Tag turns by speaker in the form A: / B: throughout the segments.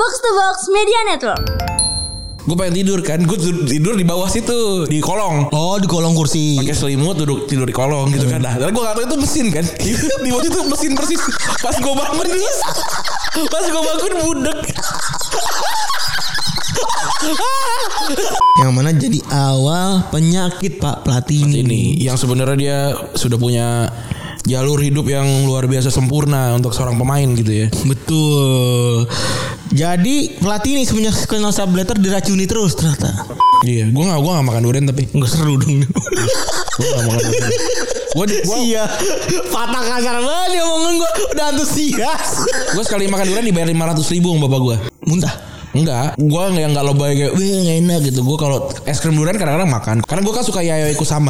A: Box to Box Media Network.
B: Gue pengen tidur kan, gue tidur di bawah situ di kolong.
C: Oh, di kolong kursi.
B: Pakai selimut tidur di kolong gitu kan. Nah, gue gak tahu itu mesin kan. Di bawah itu mesin persis. Pas gue bangun budek.
C: Yang mana jadi awal penyakit Pak Platini.
B: Ini yang sebenarnya dia sudah punya jalur hidup yang luar biasa sempurna untuk seorang pemain gitu ya.
C: Betul. Jadi Platini semenjak kenal Sabletter diracuni terus ternyata.
B: Iya, gue gak makan durian tapi
C: Nggak seru dong.
B: gue gak makan durian. Gue
C: Iya. Patah kasar banget omongan gue. Udah antusias.
B: Gue sekali makan durian dibayar 500.000 sama bapak gue.
C: Muntah.
B: Enggak, gue gak lebay kayak gak enak gitu. Gue kalau es krim durian kadang-kadang makan. Karena gue kan suka Yayoi Kusama.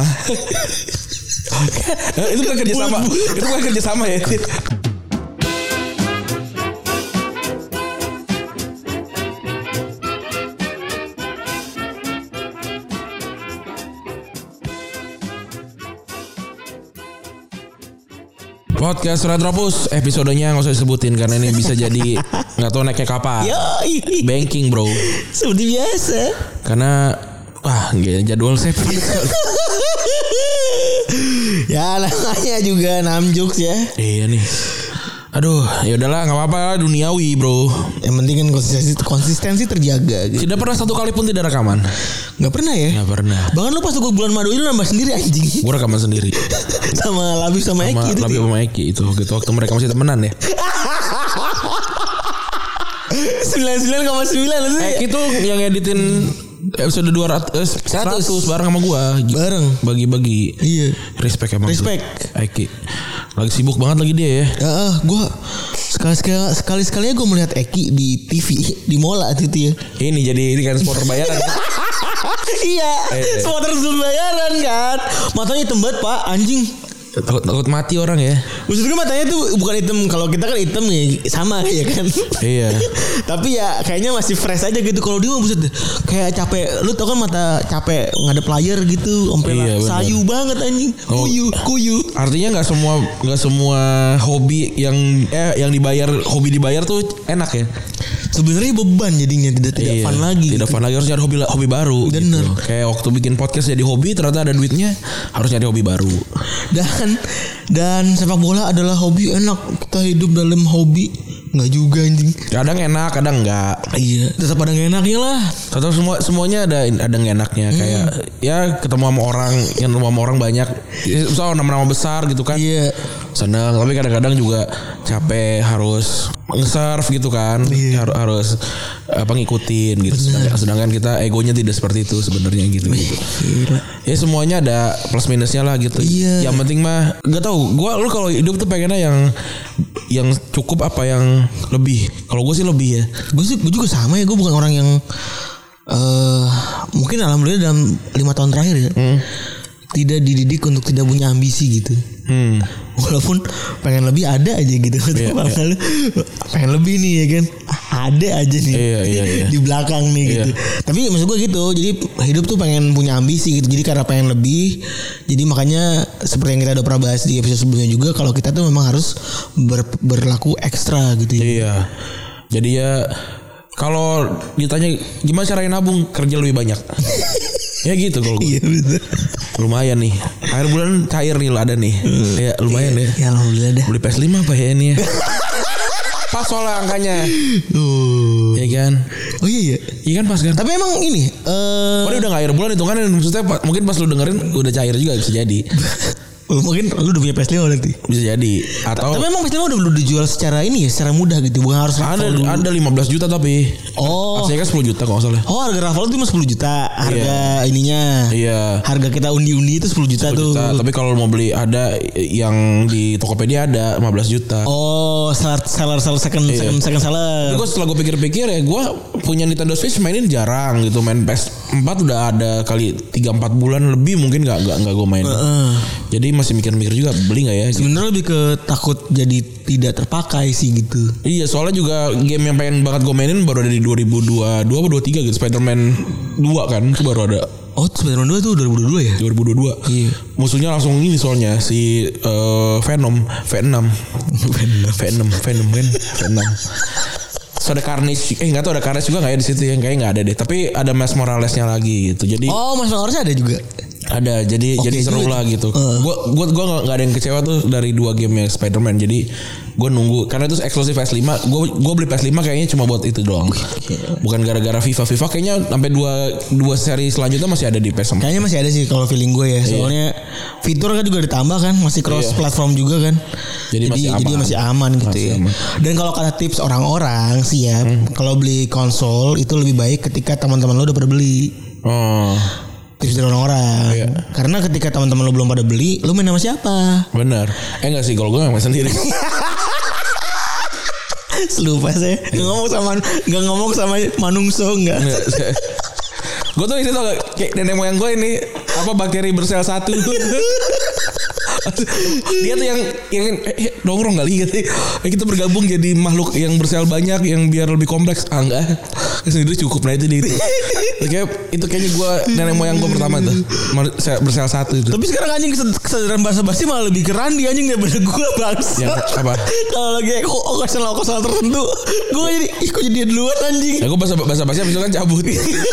B: Itu bukan kerja sama. Itu bukan kerja sama ya. Podcast Retropus episodenya gak usah disebutin karena ini bisa jadi gak tahu naiknya kapan.
C: Yoi.
B: Banking bro.
C: Seperti biasa.
B: Karena gak jadwal saya padat.
C: Ya namanya juga namjuks ya.
B: Iya nih. Aduh, ya udahlah nggak apa-apa lah, duniawi bro.
C: Yang penting kan konsistensi terjaga gitu.
B: Tidak pernah satu kali pun tidak rekaman.
C: Nggak pernah ya?
B: Nggak pernah.
C: Bahkan lu pas gue bulan madu itu nambah sendiri anjing.
B: Gue rekaman sendiri.
C: Sama Labib sama Eki itu.
B: Labib sama Eki itu gitu waktu mereka masih temenan ya.
C: 99,9
B: Eki tuh yang editin episode 200 100 bareng sama gua.
C: Bareng
B: bagi-bagi.
C: Iya.
B: Respect emang.
C: Respect.
B: Eki. Lagi sibuk banget lagi dia ya.
C: Gua sekali-sekalinya gue melihat Eki di TV di Mola itu ya.
B: Ini jadi ini kan supporter bayaran.
C: Iya. Supporter bayaran kan. Matanya hitam banget Pak anjing.
B: Takut mati orang ya.
C: Maksud gue matanya tuh bukan hitam. Kalau kita kan hitam ya sama ya kan.
B: Iya.
C: Tapi ya kayaknya masih fresh aja gitu. Kalau dia mah buset kayak capek. Lu tau kan mata capek ngadep layar gitu. Sampai sayu banget anjing. Kuyu.
B: Artinya nggak semua hobi yang dibayar tuh enak ya.
C: Sebenarnya beban jadinya tidak fun lagi.
B: Tidak fun lagi, harus nyari hobi baru.
C: Bener.
B: Gitu. Kayak waktu bikin podcast jadi hobi, ternyata ada duitnya, harus nyari hobi baru.
C: Dan sepak bola adalah hobi enak. Kita hidup dalam hobi. Nggak juga anjing. Kadang
B: enak, kadang enggak.
C: Iya, tetap ada nggak enaknya lah.
B: Tetap semuanya ada nggak enaknya. Kayak ya ketemu sama orang banyak. Misalnya nama-nama besar gitu kan.
C: Iya.
B: Senang, tapi kadang-kadang juga capek, harus nge-serve gitu kan. Iya. Harus ngikutin gitu. Sedangkan kita egonya tidak seperti itu sebenarnya gitu. Ya semuanya ada plus minusnya lah gitu.
C: Iya.
B: Yang penting mah nggak tahu. Lu kalau hidup tuh pengennya yang cukup apa yang lebih. Kalau gue sih lebih ya.
C: Gue juga sama ya. Gue bukan orang yang mungkin alhamdulillah dalam 5 tahun terakhir ya tidak dididik untuk tidak punya ambisi gitu. Walaupun pengen lebih ada aja gitu. Pengen lebih nih ya kan. Ada aja nih.
B: Iya.
C: Di belakang nih gitu. Tapi maksud gue gitu. Jadi hidup tuh pengen punya ambisi gitu. Jadi karena pengen lebih, jadi makanya seperti yang kita udah pernah bahas di episode sebelumnya juga, kalau kita tuh memang harus berlaku ekstra gitu ya.
B: Iya. Jadi ya kalau ditanya gimana caranya nabung, kerja lebih banyak. Ya gitu kalau gue.
C: Iya betul.
B: Lumayan nih. Akhir bulan cair nih ada nih. Ya lumayan deh.
C: Ya alhamdulillah deh.
B: Beli PS5 apa ya ini ya? Pas soalnya angkanya. Iya kan?
C: Oh iya.
B: Iya kan pas kan?
C: Tapi emang ini
B: udah gak akhir bulan hitungannya, maksudnya mungkin pas lu dengerin udah cair juga, bisa jadi.
C: Mungkin lu udah punya PS5 nanti.
B: Bisa jadi. Atau
C: tapi emang PS5 udah dijual secara ini ya, secara mudah gitu. Bukan harus
B: ada 15 juta tapi.
C: Oh.
B: Aslinya kan 10 juta kalau salah.
C: Oh, harga raffle itu cuma 10 juta. Harga ininya.
B: Iya.
C: Harga kita undi-undi itu 10 juta
B: 10
C: tuh.
B: Juta. Tapi kalau mau beli ada yang di Tokopedia ada 15 juta.
C: Oh, seller second seller.
B: Tapi setelah gue pikir-pikir ya, gue punya Nintendo Switch mainin jarang gitu. Main PS4 udah ada kali 3-4 bulan lebih mungkin gak gue main. Jadi masih mikir-mikir juga beli nggak ya?
C: Sebenarnya lebih ke takut jadi tidak terpakai sih gitu.
B: Iya, soalnya juga game yang pengen banget gue mainin baru ada di 2022 apa 23 gitu. Spider-Man 2 kan itu baru ada.
C: Oh, Spider-Man 2 tuh 2022 ya?
B: 2022. Iya. Musuhnya langsung ini soalnya si Venom kan. Venom. ada Carnage. Enggak tahu ada Carnage juga enggak ya di situ yang kayaknya enggak ada deh. Tapi ada Miles Moralesnya lagi gitu. Jadi
C: Miles Morales ada juga.
B: Ada, jadi seru lah gitu. Gue nggak ada yang kecewa tuh dari 2 game Spider-Man. Jadi gue nunggu karena itu eksklusif PS5. Gue beli PS5 kayaknya cuma buat itu doang. Bukan gara-gara FIFA kayaknya sampai dua seri selanjutnya masih ada di PS4.
C: Kayaknya masih ada sih kalau feeling gue ya. Soalnya fitur kan juga ditambah kan, masih cross platform juga kan. Jadi masih aman gitu ya. Aman. Dan kalau kata tips orang-orang sih ya, kalau beli konsol itu lebih baik ketika teman-teman lo udah pada beli. Tips dari orang-orang. Karena ketika teman-teman lo belum pada beli, lo main sama siapa?
B: Bener. Enggak sih, kalau gue main sendiri.
C: Lupa saya. Nggak ngomong sama Manungso enggak.
B: Gue tuh ini tau gak, kayak nenek moyang gue ini apa bakteri bersel 1. Dia tuh yang nongkrong kali gitu. Kita bergabung jadi makhluk yang bersel banyak yang biar lebih kompleks. Enggak. Sendiri cukup. Nah itu dia itu. Itu kayaknya gue nenek moyang gue pertama tuh bersel 1 itu. Tapi sekarang anjing kesadaran bahasa basi malah lebih keren dia anjing daripada gue bangsa. Ya, apa? Kalau lagi occasional tertentu gue jadi kok jadi dia duluan anjing. Ya gue bahasa basi abis itu kan cabut.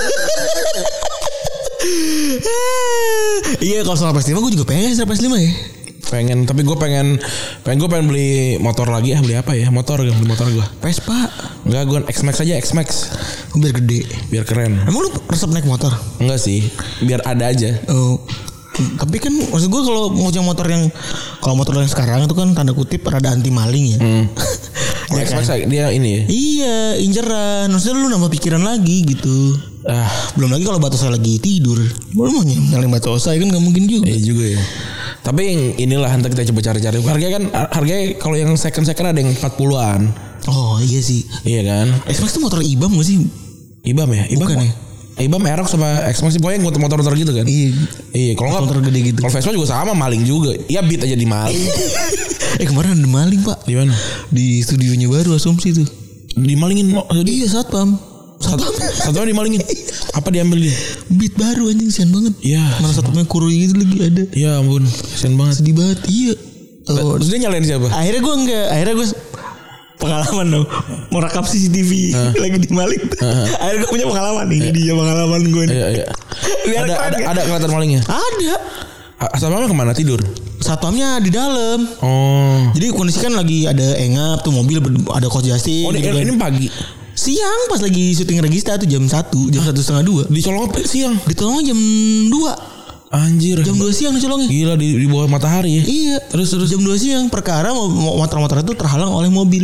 C: Iya kalau soal PS5 gue juga pengen soal PS5 ya.
B: Pengen, tapi gue pengen beli motor lagi. Beli apa ya? Beli motor gue.
C: Vespa.
B: Enggak, gue X-Max aja, X-Max.
C: Biar gede,
B: biar keren.
C: Emang lu resep naik motor?
B: Enggak sih, biar ada aja.
C: Tapi kan maksud gue kalau motor yang sekarang itu kan tanda kutip rada anti maling ya. Ya
B: X-Max
C: kan?
B: Dia ini ya.
C: Iya, inceran. Maksudnya lu nambah pikiran lagi gitu. Belum lagi kalau Batosa lagi tidur. Lu mau nyalain Batosa kan gak mungkin juga.
B: Iya juga ya. Tapi inilah nanti kita coba cari-cari. Harganya kalau yang second ada yang 40-an.
C: Oh iya sih.
B: Iya kan.
C: X-Max tuh motor IBAM gak sih?
B: IBAM ya?
C: Bukan ya?
B: IBAM Aerox sama X-Max pokoknya motor-motor gitu kan. Iya. Kalau nggak
C: motor gede gitu.
B: Kalau Vespa juga sama, maling juga. Ya Beat aja dimaling.
C: Kemarin ada maling pak.
B: Di mana?
C: Di studionya baru Asumsi tuh.
B: Dimalingin?
C: Iya satpam dimalingin. Apa diambil dia? Beat baru anjing, kasian banget. Iya. Mana satpamnya kurui gitu lagi ada.
B: Ya ampun, kasian banget.
C: Sedih banget. Iya.
B: Terus dia nyalain siapa?
C: Akhirnya gue pengalaman dong mau rekam CCTV lagi dimaling. Akhirnya gue punya pengalaman. Ini dia pengalaman gue nih.
B: Iya. Ada kelihatan malingnya?
C: Ada.
B: Satpamnya kemana, tidur?
C: Satpamnya di dalam. Jadi kondisi kan lagi ada engap tuh, mobil ada coach Justin.
B: Oh gitu ini pagi.
C: Siang pas lagi syuting Regista tuh jam 1, jam 1:30.
B: Dicolong siang.
C: Ditolongnya jam 2.
B: Anjir.
C: Jam 2 siang dicolongnya.
B: Gila di bawah matahari ya.
C: Iya. Terus jam 2 siang perkara motor-motor itu terhalang oleh mobil.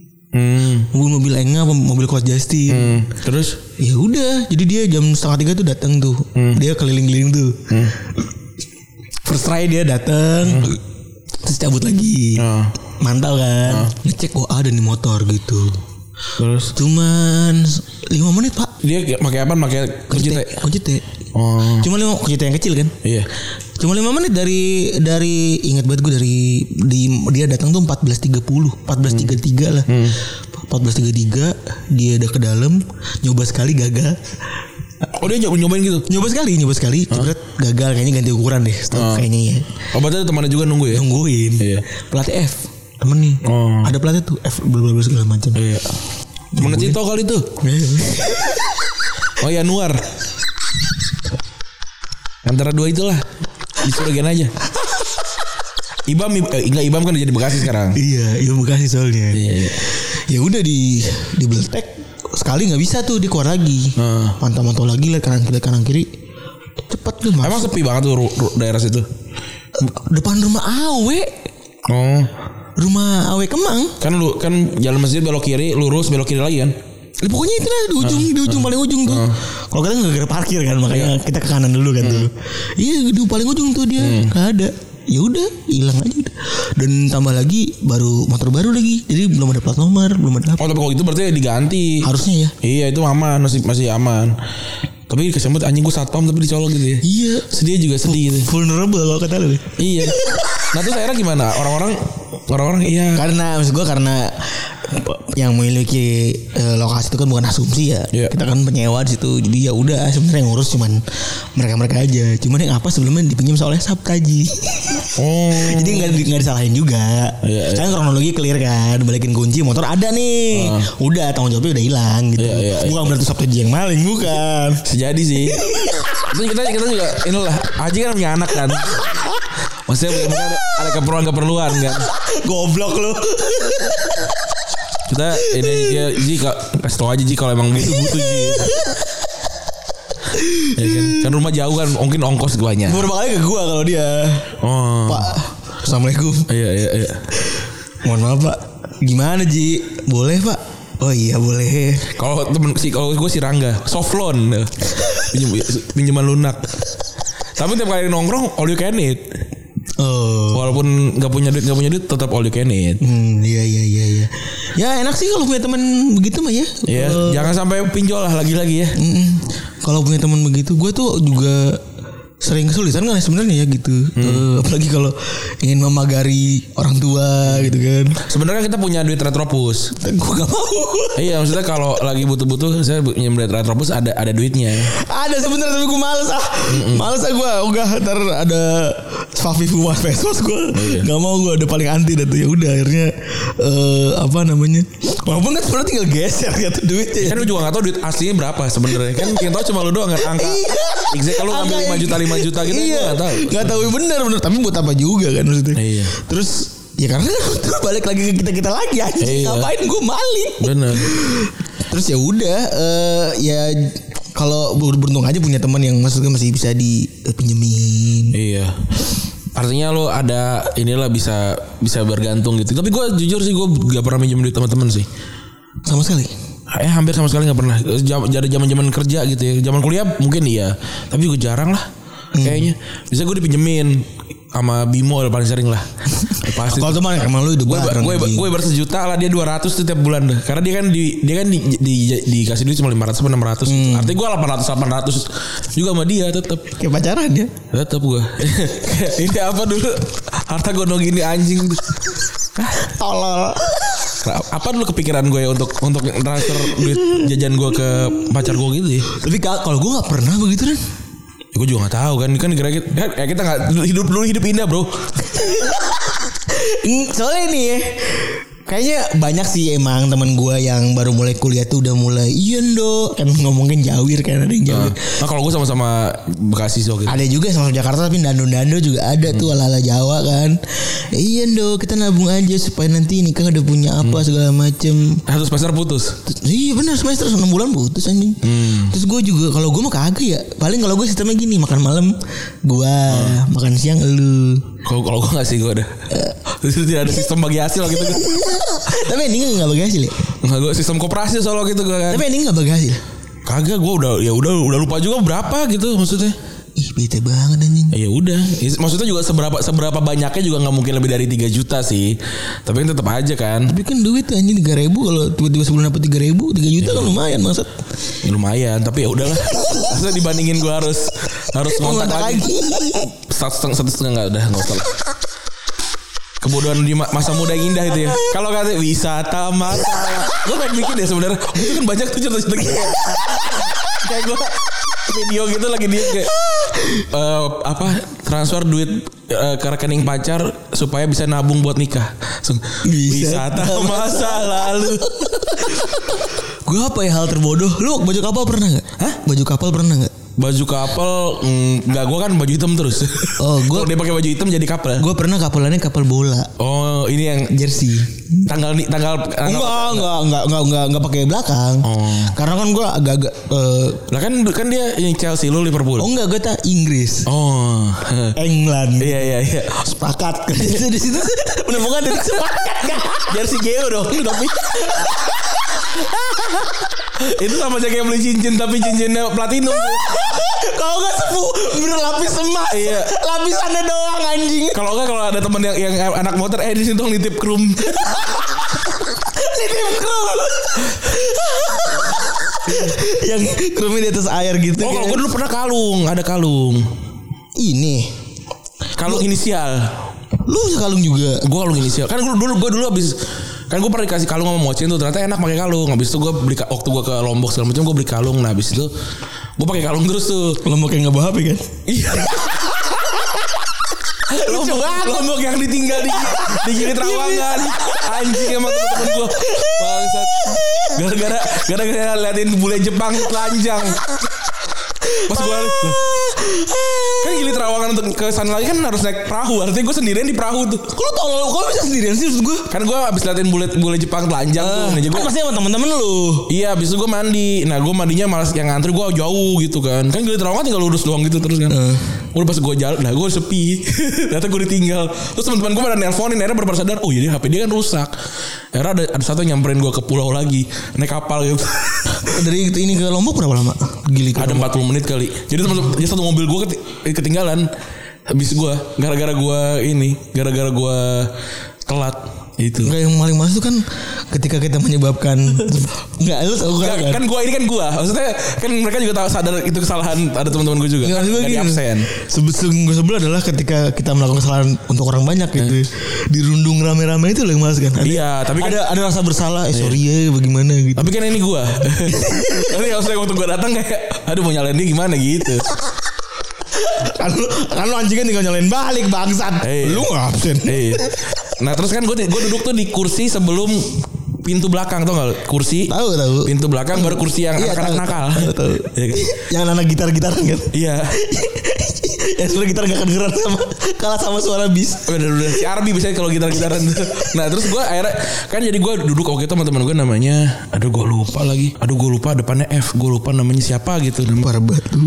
C: Mobil engap, mobil coach Justin.
B: Terus
C: ya udah, jadi dia jam 2:30 tuh datang tuh. Dia keliling-keliling tuh. First try dia datang. Terus cabut lagi. Mantau kan. Ngecek ada nih motor gitu.
B: Terus
C: cuman 5 menit pak.
B: Dia pakai apa? Pakai kunci T.
C: Cuma 5 kunci T yang kecil kan. Iya. Cuma 5 menit dari ingat banget gue dia datang tuh 14.30 14.33 lah. 14.33 dia udah ke dalam, nyoba sekali gagal.
B: Oh dia nyobain gitu?
C: Nyoba sekali cepet gagal, kayaknya ganti ukuran deh kayaknya ya.
B: Berarti temannya juga nunggu ya?
C: Nungguin. Iya. Pelatih F temen nih. Ada pelatih tuh F blablabla segala macam.
B: Iya. Temen Cito kali tuh. Oh ya Nuar. Antara dua itulah. Dicurigain aja. Ibam kan udah jadi Bekasi sekarang.
C: Iya, Ibam Bekasi soalnya. Iya. Ya udah di Beltek sekali nggak bisa tuh, dia keluar lagi. Mantau-mantau lagi lah kanan kiri. Cepet tuh mas.
B: Emang sepi banget tuh daerah situ.
C: Depan rumah Awe. Rumah Awe Kemang.
B: Kan jalan masjid belok kiri, lurus belok kiri lagi kan.
C: Pokoknya itu lah di ujung paling ujung tuh. Kalau kita nggak gara parkir kan, makanya kita ke kanan dulu kan tuh. Iya di paling ujung tuh dia nggak ada. Ya udah hilang aja udah. Dan tambah lagi motor baru lagi, jadi belum ada plat nomor, belum ada apa.
B: Oh tapi kalau itu berarti diganti.
C: Harusnya ya.
B: Iya itu aman, masih aman. Tapi kesempet anjing gue satpam tapi dicolong gitu ya.
C: Iya.
B: Sedih juga sedih gitu.
C: Vulnerable kalau kata lu.
B: Iya. Nah terus akhirnya gimana? Orang-orang iya.
C: Karena maksud gue karena yang memiliki lokasi itu kan bukan asumsi ya.
B: Iya.
C: Kita kan penyewa di situ. Jadi ya udah sebenarnya yang ngurus cuman mereka aja. Cuman yang apa sebelumnya dipinjam oleh Sabtaji. Jadi nggak disalahin juga.
B: Iya,
C: Kan kronologi clear kan. Balikin kunci motor ada nih. Udah tanggung jawabnya udah hilang gitu.
B: Iya.
C: Bukan berarti Sabtaji yang maling, bukan.
B: Sejadi sih. Itu kita juga inilah Aji kan punya anak kan. Maksudnya ada keperluan kan.
C: Goblok lu.
B: Kita ini dia Ji kasih tau aja Ji kalau emang butuh Ji. Ya kan rumah jauh kan mungkin ongkos banyak.
C: Beberapa kali ke gua kalau dia.
B: Oh.
C: Pak, assalamualaikum.
B: Iya.
C: Mohon maaf Pak. Gimana Ji? Boleh Pak? Oh iya boleh.
B: Kalau gue si Rangga soft loan. Pinjaman lunak. Tapi tiap kali nongkrong all you can eat.
C: Oh.
B: Walaupun nggak punya duit tetap all you can eat.
C: Iya. Ya enak sih kalau punya teman begitu mah ya.
B: Iya. Jangan sampai pinjol lah lagi-lagi ya.
C: Kalau punya teman begitu, gue tuh juga sering kesulitan kan sebenarnya ya gitu. Apalagi kalau ingin memagari orang tua gitu kan.
B: Sebenarnya kita punya duit Retropus.
C: Gue gak mau.
B: Iya maksudnya kalau lagi butuh saya punya duit Retropus ada duitnya.
C: Ada sebenarnya tapi gue males males gue. Enggak ntar ada Fafi Fumas pesos gue. Gak mau, gue udah paling anti dah tuh. Ya udah akhirnya apa namanya? Walaupun kan sebenarnya tinggal geser gitu duitnya.
B: Kan lu juga gak tahu duit aslinya berapa sebenarnya. Kan yang tahu cuma lu doang angka. Exact kalau ngambil 5 juta gitu
C: iya,
B: gak tahu.
C: Bener tapi buat apa juga kan maksudnya.
B: Iya.
C: Terus ya karena balik lagi ke kita lagi aja.
B: Iya.
C: Ngapain gue maling.
B: Bener.
C: Terus ya udah ya kalau beruntung aja punya teman yang maksudnya masih bisa dipinjemin.
B: Iya. Artinya lo ada inilah bisa bergantung gitu. Tapi gue jujur sih gue gak pernah minjem duit teman-teman sih.
C: Sama sekali.
B: Hampir sama sekali gak pernah. Jadi zaman kerja gitu ya. Zaman kuliah mungkin iya. Tapi gue jarang lah. Kayaknya. Bisa gue dipinjemin sama Bimo paling sering lah. Pasti.
C: Kalau teman emang lu hidup bareng.
B: Gue bersejuta lah, dia 200 tuh tiap bulan dah. Karena dia kan dikasih duit cuma 500 atau 600. Artinya gue 800 juga sama dia tetap.
C: Kayak pacaran ya.
B: Tetap gue. Ini apa dulu? Harta gondong gini anjing.
C: Tolol.
B: Apa dulu kepikiran gue ya untuk transfer duit jajan gue ke pacar gue gitu ya.
C: Tapi kalau gue gak pernah begitu kan.
B: Gue juga gak tahu kan kira-kira kita nggak hidup indah bro.
C: Soalnya ini ya kayaknya banyak sih emang teman gue yang baru mulai kuliah tuh udah mulai iya dong kan ngomongin jawir kan ada yang jawir.
B: Nah kalau gue sama Bekasi so gitu.
C: Ada juga sama Jakarta tapi dando juga ada tuh ala-ala Jawa kan. Iya dong kita nabung aja supaya nanti nikah udah punya apa segala macem.
B: Satu semester putus.
C: Iya benar semester 6 bulan putus anjing. Terus gue juga kalau gue mah kagak ya. Paling kalau gue sistemnya gini makan malam gue makan siang elu.
B: Kalau gue gak sih gue ada. Tidak ada sistem bagi hasil gitu.
C: Tapi endingnya gak bagi hasil ya?
B: Enggak, gue sistem koperasi soalnya gitu kan.
C: Tapi endingnya gak bagi hasil?
B: Kagak, gue udah lupa juga berapa gitu maksudnya.
C: Ih bete banget anjing.
B: Ya udah, maksudnya juga seberapa banyaknya juga nggak mungkin lebih dari 3 juta sih. Tapi kan tetap aja kan.
C: Tapi kan duit tuh anjing 3.000 kalau tiba-tiba sebulan dapat 3.000, 3 juta kan lumayan maksud.
B: Ya, lumayan, tapi ya udahlah. Maksudnya dibandingin gue harus ngontak lagi. Setengah nggak usah. Kebodohan di masa muda yang indah itu ya. Kalau kata wisata masa, gue pengen bikin deh sebenarnya. Itu kan banyak tuh cerita-cerita gitu. Kayak gue video gitu lagi dia kayak transfer duit ke rekening pacar supaya bisa nabung buat nikah. Wisata masa lalu.
C: Gue apa ya hal terbodoh? Lu baju kapal pernah nggak? Hah? Baju kapal pernah nggak?
B: Baju kapal enggak, gue kan baju hitam terus. Oh, gue dia pakai baju hitam jadi kapal.
C: Gue pernah kapalannya kapal bola.
B: Oh, ini yang
C: jersey. Tanggal enggak pakai belakang. Oh. Karena kan gue agak
B: lah kan dia yang Chelsea lu Liverpool.
C: Oh enggak, gue Inggris.
B: Oh.
C: England.
B: Iya.
C: Sepakat. Di situ menemukan dari sepakat. Jersey Geo dong.
B: Itu sama aja kayak beli cincin tapi cincinnya platinum.
C: Kalau nggak berlapis emas. Iya. Lapisannya doang anjing.
B: Kalau ada teman yang anak motor di sini dong nitip krum.
C: Nitip krum. Yang krumnya di atas air gitu.
B: Oh, kalau gue dulu pernah ada kalung.
C: Ini
B: kalung inisial.
C: Lu punya kalung juga?
B: Gue kalung inisial. Kan gue dulu habis Kan gue pernah dikasih kalung sama Mocin tuh, ternyata enak pakai kalung. Habis itu gue beli waktu gue ke Lombok segala macam gue beli kalung. Nah habis itu gue pakai kalung terus tuh.
C: Lombok yang nggak bawa HP kan?
B: Iya. Lombok yang ditinggal di Gili Trawangan. Anjing emang temen gue. Bangsat. Gara-gara liatin bule Jepang telanjang. Pas gue kan Gili Trawangan untuk ke sana lagi kan harus naik perahu. Artinya gue sendirian di perahu tuh.
C: Kok bisa sendirian sih maksud gue?
B: Kan gue abis liatin bule Jepang telanjang tuh. Nah,
C: kan pasti sama temen-temen lu.
B: Iya abis itu gue mandi. Nah gue mandinya malas yang ngantri gue jauh gitu kan. Kan Gili Trawangan tinggal lurus doang gitu terus kan. Udah pas gue jalan, nah gue sepi. Ternyata gue ditinggal. Terus teman-teman gue pada nelponin. Akhirnya baru sadar, oh iya HP dia kan rusak. Akhirnya ada satu yang nyamperin gue ke pulau lagi naik kapal gitu.
C: Dari ini ke Lombok berapa lama? Gili ke
B: ada 40 menit kali. Jadi satu mobil gue ketinggalan. Habis gue gara-gara gue telat itu.
C: Enggak, yang paling males itu kan ketika kita menyebabkan enggak lu tahu
B: kan gue ini kan gue maksudnya kan mereka juga tahu sadar itu kesalahan ada teman-teman gue juga
C: kan
B: di absen.
C: Sebelum adalah ketika kita melakukan kesalahan untuk orang banyak gitu dirundung rame-rame itu yang males kan.
B: Iya tapi kan
C: ada rasa bersalah sorry ya bagaimana gitu.
B: Tapi kan ini gue tapi waktu gue datang kayak aduh mau nyalain dia gimana gitu.
C: Kan lu anjing kan tinggal nyalain balik bangsat. Lu nggak absen.
B: Nah terus kan gue duduk tuh di kursi sebelum pintu belakang, tau gak kursi?
C: Tahu.
B: Pintu belakang baru kursi yang anak-anak nakal.
C: Tahu. Yang anak gitar-gitaran kan?
B: Iya.
C: Ya suara gitar gak kedengeran kalah sama suara bis.
B: Udah si Arbi biasanya kalau gitar-gitaran tuh. Nah terus gue akhirnya kan jadi gue duduk waktu itu sama teman gue namanya, aduh gue lupa depannya F, gue lupa namanya siapa gitu.
C: Lupa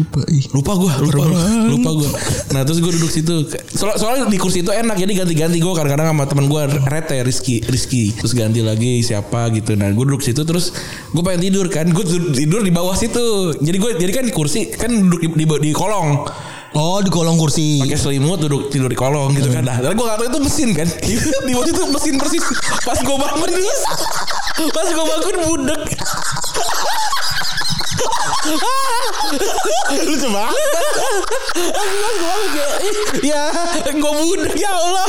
B: gue. Nah terus gue duduk situ. Soalnya di kursi itu enak jadi ganti-ganti gue kadang-kadang sama teman gue Rete Rizky. Terus ganti lagi siapa gitu. Nah gue duduk situ terus gue pengen tidur kan. Gue tidur di bawah situ. Jadi kan di kursi kan duduk di kolong.
C: Oh di kolong kursi.
B: Pakai selimut tidur di kolong gitu kan. Nah, gue gak tahu itu mesin kan. Di waktu itu mesin persis. Pas gue bangun budek.
C: Lu coba.
B: Ya, gue budek ya Allah.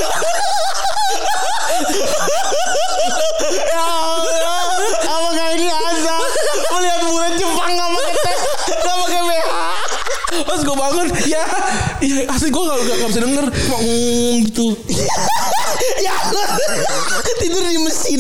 C: Ya Allah. Apa kayak ini aja. Melihat bulan Jepang gak pakai BH.
B: Pas gue bangun ya asli gue gak bisa denger gitu.
C: Ya tidur di mesin.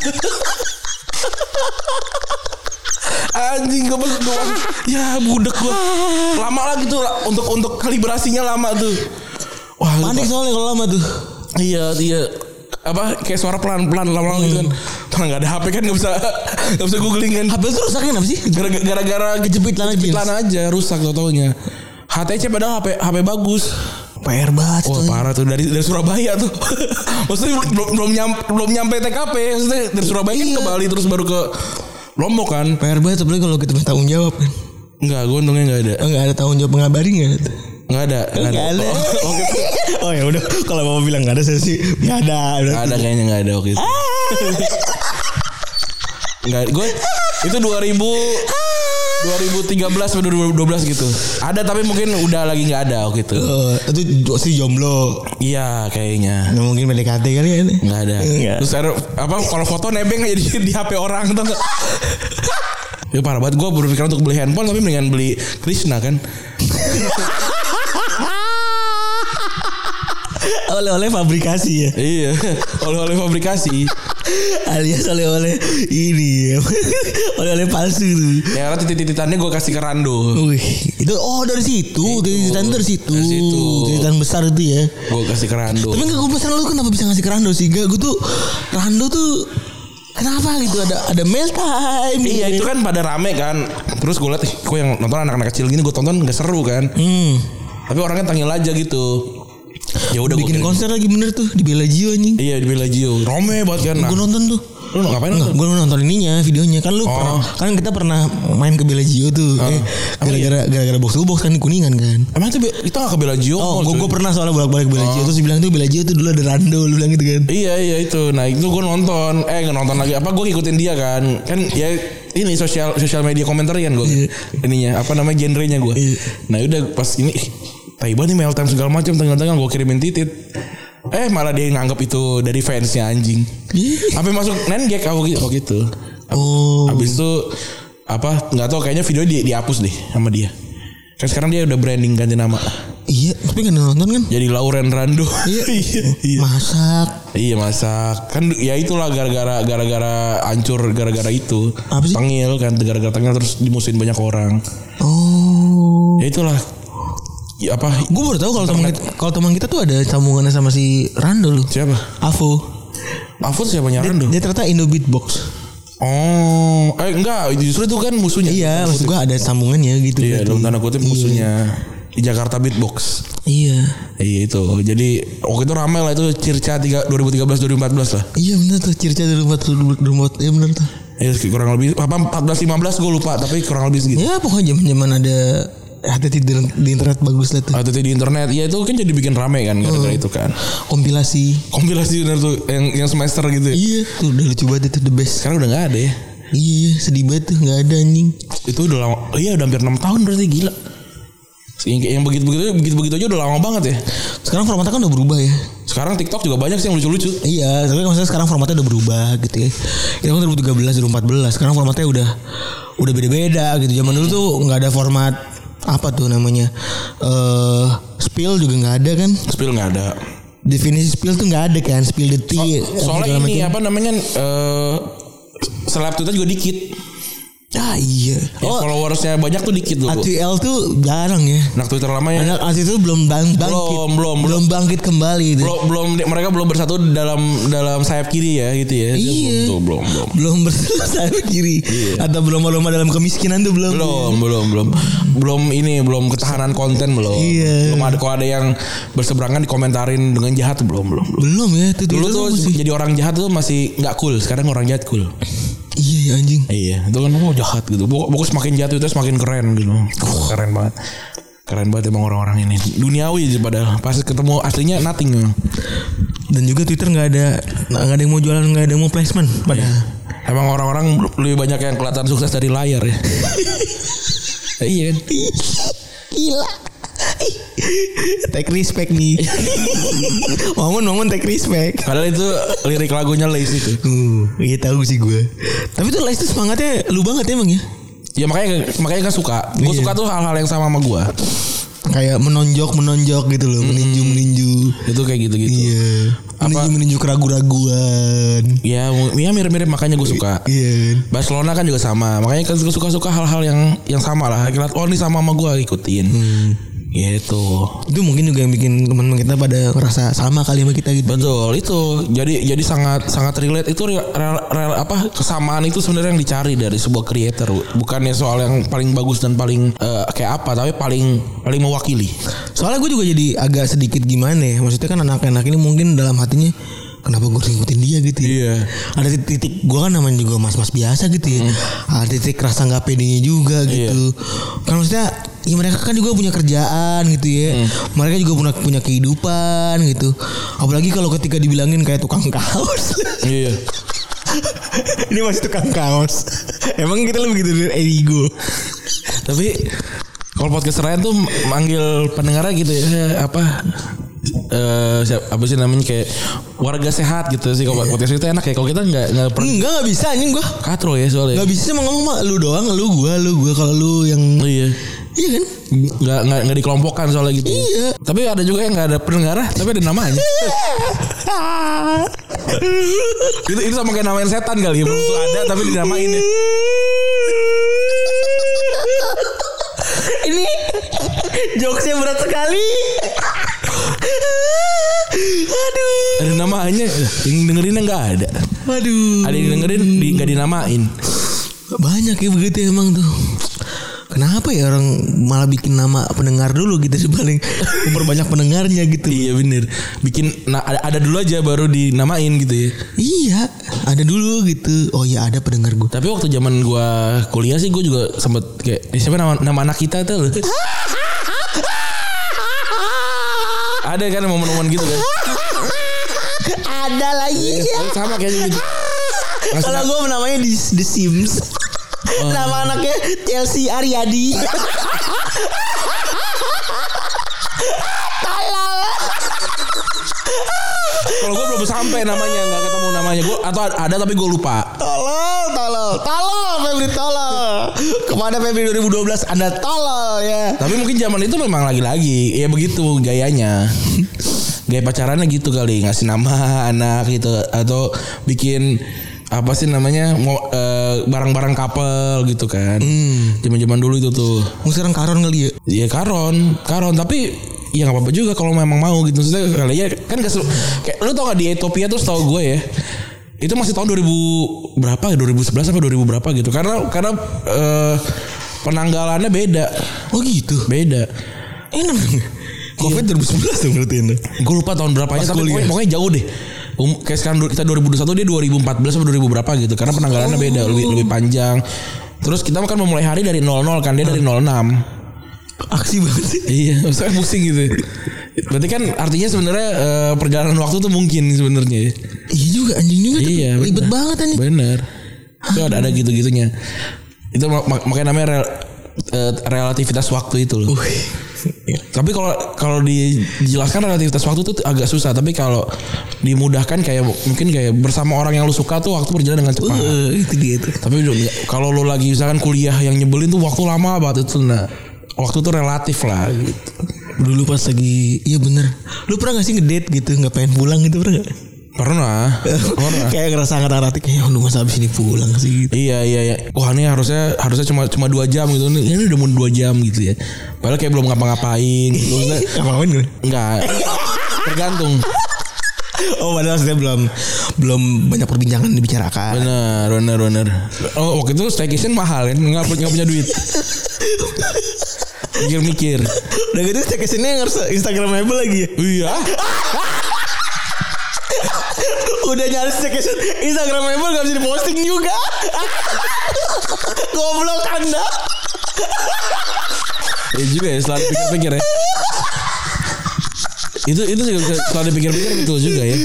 B: Anjing gue pas doang. Ya budek gue. Lama lagi tuh untuk kalibrasinya lama tuh. Wah
C: panik soalnya kalau lama tuh.
B: Iya apa kayak suara pelan-pelan lama-lama gitu kan. Karena gak ada HP kan gak bisa googling kan.
C: HP itu rusaknya kenapa sih?
B: Gara-gara kejepit lana aja rusak tau-taunya. HTC padahal HP bagus.
C: PR banget.
B: Wah parah tuh dari Surabaya tuh. Maksudnya belum nyampe TKP. Maksudnya dari Surabaya kan ke Bali terus baru ke Lombok kan.
C: PR banget apalagi kalau kita tanggung jawab kan.
B: Enggak, gue untungnya enggak ada.
C: Enggak ada tanggung jawab mengabari enggak?
B: Enggak ada.
C: Oh ya udah kalau Bapak bilang enggak ada saya sih enggak ada.
B: Enggak ada kayaknya enggak ada waktu itu. Enggak, gue itu 2013 atau 2012 gitu. Ada tapi mungkin udah lagi enggak ada waktu itu.
C: Itu si jomblo.
B: Iya kayaknya.
C: Nah, mungkin PDKT kali ya.
B: Enggak ada. Terus ada kalau foto nebeng aja di HP orang tuh enggak. Ya parah banget. Gue berpikir untuk beli handphone tapi mendingan beli Krishna kan.
C: Oleh-oleh fabrikasi ya.
B: Iya, oleh-oleh fabrikasi.
C: Alias oleh-oleh ini. Oleh-oleh palsu tuh.
B: Ya karena titik-tititannya gue kasih ke Rando.
C: Wih, itu dari situ. Titik-tititan dari situ. Tititan besar itu ya.
B: Gue kasih ke Rando.
C: Tapi enggak, gue pesan lu kenapa bisa ngasih ke Rando sih? Enggak, gue tuh Rando tuh kenapa gitu ada mail time.
B: Iya itu kan pada rame kan. Terus gue liat kok yang nonton anak-anak kecil gini gue tonton gak seru kan. Tapi orangnya tangil aja gitu. Ya udah
C: bikin konser lagi bener tuh di Bellagio anjing.
B: Iya di Bellagio. Rame banget kan.
C: Gue nonton tuh.
B: Lu ngapain?
C: Gue nonton ininya, videonya kan lu kan kita pernah main ke Bellagio tuh. Gara-gara box kan di Kuningan kan.
B: Emang itu kita enggak ke Bellagio?
C: Oh, gue pernah soalnya bolak-balik Bellagio terus bilang tuh Bellagio tuh dulu ada Rando, lu bilang gitu kan.
B: Iya itu. Nah, itu gue nonton. Enggak nonton lagi. Apa gue ngikutin dia kan. Kan ya ini sosial media komentarian gue. Ininya apa namanya genrenya gue. Nah, udah pas ini Taiwan nih mail time segala macam tengah-tengah gue kirimin titit. Malah dia nganggap itu dari fansnya anjing. Sampai masuk nengek gitu. Habis itu nggak tahu kayaknya video dihapus deh sama dia. Kan sekarang dia udah branding ganti nama.
C: Iya, tapi kan nonton kan?
B: Jadi Lauren Rando.
C: Iya. Masak.
B: Iya masak. Kan ya itulah gara-gara hancur gara-gara itu.
C: Apa sih?
B: Tengil kan, gara-gara tengil terus dimusuhin banyak orang. Ya itulah. Ya apa?
C: Gue baru tahu kalau teman kita tuh ada sambungannya sama si Rando loh.
B: Siapa?
C: Avo
B: siapanya Rando?
C: Dia ternyata Indo Beatbox.
B: Enggak, justru itu kan musuhnya.
C: Iya, maksud gue ada sambungannya gitu.
B: Iya, dalam tanda kutip musuhnya di Jakarta Beatbox.
C: Iya
B: itu. Jadi waktu itu ramai lah itu Circa 2013-2014 lah.
C: Iya benar tuh Circa 2014. Iya benar tuh.
B: Iya kurang lebih 14-15 gue lupa tapi kurang lebih segitu.
C: Ya pokoknya zaman ada HTT di internet bagus lah tuh.
B: HTT di internet ya itu kan jadi bikin rame kan gara-gara itu kan.
C: Kompilasi
B: bener tuh yang semester gitu ya. Iya
C: tuh udah lucu banget itu the best.
B: Sekarang udah gak ada ya.
C: Iya sedih banget tuh gak ada anjing.
B: Itu udah lama. Iya udah hampir 6 tahun berarti gila. Yang begitu aja udah lama banget ya. Sekarang formatnya kan udah berubah ya. Sekarang TikTok juga banyak sih yang lucu-lucu.
C: Iya, tapi maksudnya sekarang formatnya udah berubah gitu ya. Itu kan 2013, 2014. Sekarang formatnya udah beda-beda gitu. Zaman dulu tuh nggak ada format apa tuh namanya spill juga nggak ada kan?
B: Spill nggak ada.
C: Definisi spill tuh nggak ada kan? Spill the tea.
B: Soalnya ini apa namanya seleb Twitter juga dikit.
C: Iya.
B: Followersnya banyak tuh dikit loh.
C: ATL tuh jarang ya.
B: Anak Twitter lama ya.
C: Anak ATL itu belum bangkit. Belum bangkit kembali.
B: Mereka belum bersatu dalam sayap kiri ya gitu ya.
C: Iya. Belum bersatu sayap kiri. Iya. Atau belum dalam kemiskinan tuh belum.
B: Belum ketahanan konten belum.
C: Iya.
B: Belum ada kalau ada yang berseberangan dikomentarin dengan jahat tuh belum.
C: Belum ya.
B: Dulu tuh jadi orang jahat tuh masih nggak cool. Sekarang orang jahat cool.
C: Iya anjing.
B: Iya, itu kan jahat gitu. Pokoknya semakin jatuh itu semakin keren gitu. Keren banget. Keren banget emang orang-orang ini. Duniawi aja padahal. Pas ketemu aslinya nothing.
C: Dan juga Twitter enggak ada yang mau jualan, enggak ada yang mau placement padahal.
B: Iya. Emang orang-orang lebih banyak yang kelihatan sukses dari layar ya. Iya kan?
C: Gila. Take respect nih. Momen take respect.
B: Padahal itu lirik lagunya Lace itu.
C: Iya tahu sih gue. Tapi tuh Lace tuh semangatnya lu banget emang ya.
B: Ya makanya gak suka. Gue suka tuh hal-hal yang sama gue.
C: Kayak menonjok gitu loh, meninju.
B: Itu kayak gitu-gitu.
C: Iya. Meninju keraguan-raguan.
B: Ya mirip-mirip makanya gue suka.
C: Iya.
B: Barcelona kan juga sama. Makanya gue suka hal-hal yang sama lah. Kira ini sama gue ikutin. Gitu.
C: Itu mungkin juga yang bikin teman-teman kita pada ngerasa sama kali sama kita gitu.
B: Betul, itu. Jadi sangat relate. Itu kesamaan itu sebenarnya yang dicari dari sebuah creator. Bukannya soal yang paling bagus dan paling kayak apa, tapi paling mewakili. Soalnya gue juga jadi agak sedikit gimana ya. Maksudnya kan anak-anak ini mungkin dalam hatinya kenapa gue ngikutin dia gitu ya. Iya. Ada titik gue kan namanya juga mas-mas biasa gitu ya. Ada titik rasa gak pedenya juga gitu. Kan maksudnya ya mereka kan juga punya kerjaan gitu ya. Mereka juga punya kehidupan gitu. Apalagi kalau ketika dibilangin kayak tukang kaos. Iya. Ini masih tukang kaos. Emang kita lebih gitu dari ego. Tapi kalau podcast Ryan tuh manggil pendengarnya gitu ya apa sih namanya kayak warga sehat gitu sih. Kalau podcast itu enak ya. Kalau kita nggak bisa anjing gue katro ya soalnya. Nggak bisa ngomong mah lu doang, lu gue kalau lu yang iya kan nggak dikelompokkan soalnya gitu. Iya. Tapi ada juga yang nggak ada pendengar tapi ada namanya. itu sama kayak namain setan kali ya. Belum tuh ada tapi dinamain ya.
C: Ini jokesnya berat sekali. Aduh.
B: Ada namanya. Yang dengerinnya nggak ada.
C: Aduh.
B: Ada yang dengerin nggak dinamain.
C: Banyak ya begitu emang tuh. Kenapa ya orang malah bikin nama pendengar dulu gitu paling memperbanyak pendengarnya gitu.
B: Iya bener. Bikin ada dulu aja baru dinamain gitu ya.
C: Iya, ada dulu gitu. Oh iya ada pendengar gue.
B: Tapi waktu zaman gue kuliah sih gue juga sempet kayak siapa nama anak kita tuh. Ada kan momen-momen gitu kan.
C: Ada lagi ya.
B: Sama kayak gitu.
C: Kalau gue namanya The Sims. Nama anaknya Chelsea Aryadi. Tolong.
B: Kalau gue belum sampai namanya, nggak ketemu namanya gue, atau ada tapi gue lupa.
C: Tolol Febri tolol. Kepada Febri 2012 Anda tolol ya.
B: Tapi mungkin zaman itu memang lagi-lagi ya begitu gayanya. Gaya pacarannya gitu kali, ngasih nama anak gitu, atau bikin apa sih namanya barang-barang couple gitu kan. Zaman-zaman dulu itu tuh.
C: Sekarang karon kali ya.
B: Iya karon tapi ya nggak apa-apa juga kalau memang mau gitu. Maksudnya kali ya kan kayak lu tau gak di Ethiopia tuh setahu gue ya, itu masih tahun 2000 berapa ya, 2011 apa 2000 berapa gitu, karena penanggalannya beda.
C: Oh gitu.
B: Beda.
C: Covid 2011 tuh berarti ini.
B: Gue lupa tahun berapanya, tapi pokoknya jauh deh. Kayak sekarang kita 2021, dia 2014 atau 2000 berapa gitu, karena penanggalannya beda, lebih panjang. Terus kita kan memulai hari dari 00 kan, dia dari 06.
C: Aksi banget sih.
B: Iya, maksudnya pusing gitu. Berarti kan artinya sebenarnya perjalanan waktu tuh mungkin sebenarnya.
C: Iya juga, anjing juga.
B: Iya,
C: ribet banget anjing.
B: Bener. Itu ada gitu-gitunya. Itu makanya namanya relativitas waktu itu loh. Tapi kalau dijelaskan relativitas waktu tuh agak susah. Tapi kalau dimudahkan kayak mungkin kayak bersama orang yang lu suka tuh waktu berjalan dengan cepat.
C: Itu dia tuh.
B: Tapi kalau lu lagi misalkan kuliah yang nyebelin tuh waktu lama banget itu. Nah, waktu tuh relatif lah gitu.
C: Dulu pas lagi, iya bener. Lu pernah gak sih ngedate gitu, gak pengen pulang gitu, pernah gak?
B: Pernah.
C: Kayak ngerasa angkat-angkatin kayak lu masa abis ini pulang sih gitu.
B: Iya. Wah ini harusnya cuma 2 jam gitu. Ini udah mau 2 jam gitu ya. Padahal kayak belum ngapa-ngapain gitu.
C: Ngapain gue?
B: Enggak. Tergantung.
C: Oh padahal maksudnya belum banyak perbincangan dibicarakan.
B: Bener. Oh waktu itu staycation mahal kan, nggak punya duit. Mikir.
C: Udah gitu staycationnya yang harus Instagramable lagi ya.
B: Iya.
C: Udah nyari staycation Instagramable gak bisa diposting juga. Goblok Anda.
B: Ya juga ya, selalu pikir-pikir ya. Itu juga selalu dipikir-pikir betul juga ya.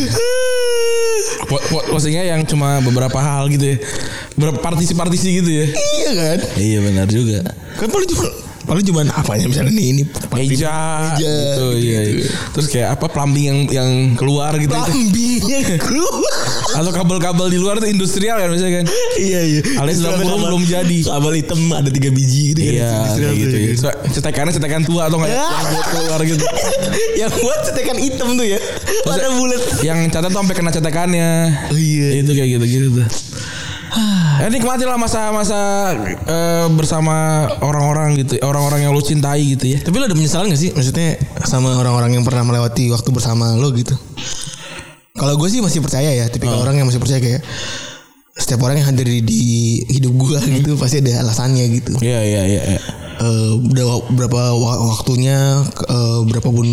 B: Postingnya yang cuma beberapa hal gitu ya, beberapa partisi gitu ya.
C: Iya kan?
B: Iya benar juga.
C: Kan paling cuma apanya misalnya ini
B: meja gitu, iya. Terus kayak apa plumbing yang keluar gitu.
C: Plumbing yang keluar.
B: Atau kabel-kabel di luar tuh industrial kan misalnya kan.
C: Iya.
B: Alias belum jadi.
C: Kabel hitam ada 3 biji gitu.
B: Iya kayak gitu. Ya. Cetekan tua atau enggak yang buat keluar gitu.
C: Yang buat cetekan hitam tuh ya. Ada bulat.
B: Yang catat tuh sampai kena cetekannya.
C: Oh iya.
B: Itu kayak gitu tuh. Nikmatilah masa-masa bersama orang-orang gitu, orang-orang yang lu cintai gitu ya.
C: Tapi lo ada penyesalan gak sih, maksudnya sama orang-orang yang pernah melewati waktu bersama lo gitu? Kalau gue sih masih percaya ya, tipikal orang yang masih percaya kayak setiap orang yang hadir di hidup gue gitu pasti ada alasannya gitu.
B: Iya.
C: Udah berapa waktunya, berapapun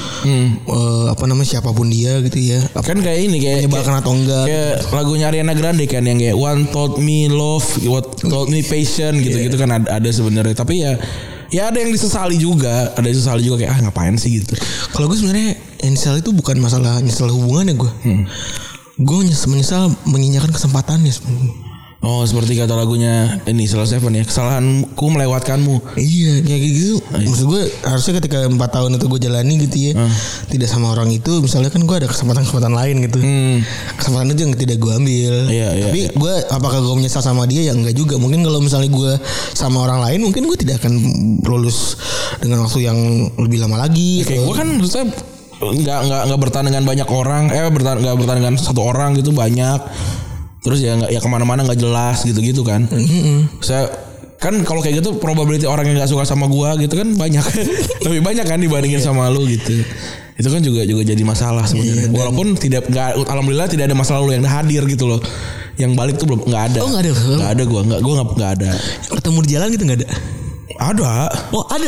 C: siapapun dia gitu ya.
B: Kan kayak ini kayak
C: menyebalkan atau enggak.
B: Kayak lagunya Ariana Grande kan yang kayak One Taught Me Love, What Taught Me Patience gitu-gitu kan ada sebenarnya. Tapi ya ada yang disesali juga, kayak ngapain sih gitu.
C: Kalau gue sebenarnya yang disesali itu bukan masalah nyesal hubungannya gue. Gue menyesal menyanyikan kesempatannya sebenarnya.
B: Oh seperti kata lagunya ini Salah Seven ya, kesalahanku melewatkanmu.
C: Iya kayak gitu. Maksud gue harusnya ketika 4 tahun itu gue jalani gitu ya, tidak sama orang itu, misalnya kan gue ada kesempatan lain gitu. Kesempatan itu yang tidak gue ambil. Tapi gue apakah gue menyesal sama dia ya enggak juga. Mungkin kalau misalnya gue sama orang lain mungkin gue tidak akan lulus dengan waktu yang lebih lama lagi.
B: Kayak gue kan maksudnya nggak bertahan dengan banyak orang, nggak bertahan dengan satu orang gitu banyak. Terus ya kemana-mana nggak jelas gitu kan. Saya kan kalau kayak gitu probability orang yang nggak suka sama gua gitu kan banyak. Lebih banyak kan dibandingin sama lu gitu. Itu kan juga jadi masalah sebenarnya. Walaupun alhamdulillah tidak ada masalah lu yang hadir gitu loh. Yang balik tuh belum nggak ada.
C: Oh nggak ada.
B: Nggak ada gua nggak ada.
C: Ketemu di jalan gitu nggak ada.
B: Ada.
C: Oh ada.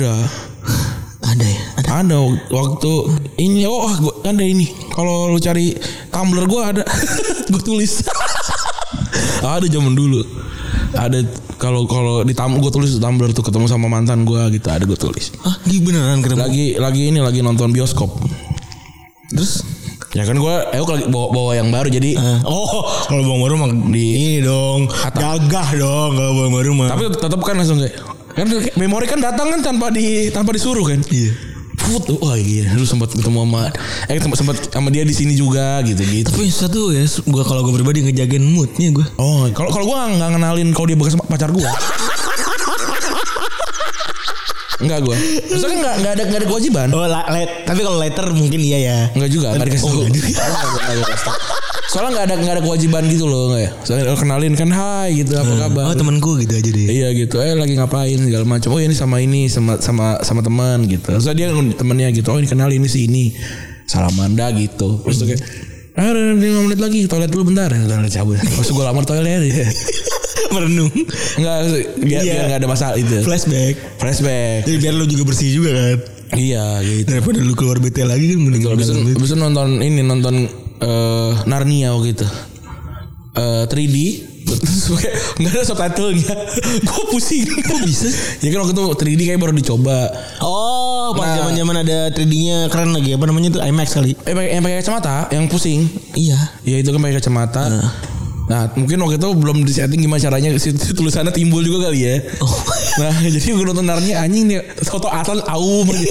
C: Ada ya.
B: Ada waktu ini gua ada ini. Kalau lu cari Tumblr gua ada. Gua tulis. Ada zaman dulu. Ada kalau di gue tulis di Tumblr tuh ketemu sama mantan gue gitu, ada gue tulis.
C: Beneran ketemu?
B: Lagi nonton bioskop.
C: Terus
B: ya kan gue lagi bawa yang baru jadi
C: kalau bawa baru mah ini dong gagah dong kalau bawa baru mah.
B: Tapi tetap kan langsung kayak kan memori kan datang kan tanpa disuruh kan.
C: Iya.
B: Wah iya, lu sempat ketemu sempat sama dia di sini juga gitu.
C: Tapi satu ya, kalau gue pribadi ngejagain moodnya gue.
B: Oh, kalau gue nggak ngenalin kalau dia bekas pacar gue. Enggak gue. Maksudnya nggak ada kewajiban.
C: Oh, tapi kalau later mungkin iya ya.
B: Enggak juga, nggak dikasih tahu. Soalnya nggak ada kewajiban gitu loh, nggak ya. Soalnya kenalin kan, hai gitu, apa kabar?
C: Oh temanku gitu aja deh.
B: Iya gitu, lagi ngapain segala macam. Oh ini sama teman gitu. Terus dia temennya gitu, oh ini kenalin ini si ini. Salaman dah gitu. Terus kayak 5 menit lagi toilet dulu bentar. Toilet cabut. Pas gue lamar toilet ya.
C: Merenung.
B: Enggak, biar enggak ada masalah itu.
C: Flashback.
B: Jadi
C: biar lu juga bersih juga kan.
B: Iya gitu.
C: Daripada lu keluar BT lagi kan mending
B: bisa nonton Narnia gitu. 3D nggak ada subtitlenya. Gue pusing. Kok bisa? Ya kan waktu itu 3D kayak baru dicoba.
C: Oh pas zaman ada 3D-nya keren lagi. Apa namanya tuh IMAX kali.
B: Yang pakai kacamata yang pusing.
C: Iya.
B: Ya itu kan pakai kacamata. Nah mungkin waktu itu belum disetting gimana caranya tulisannya timbul juga kali ya. Nah jadi gue nonton Narnia anjing nih foto Aslan aum gitu.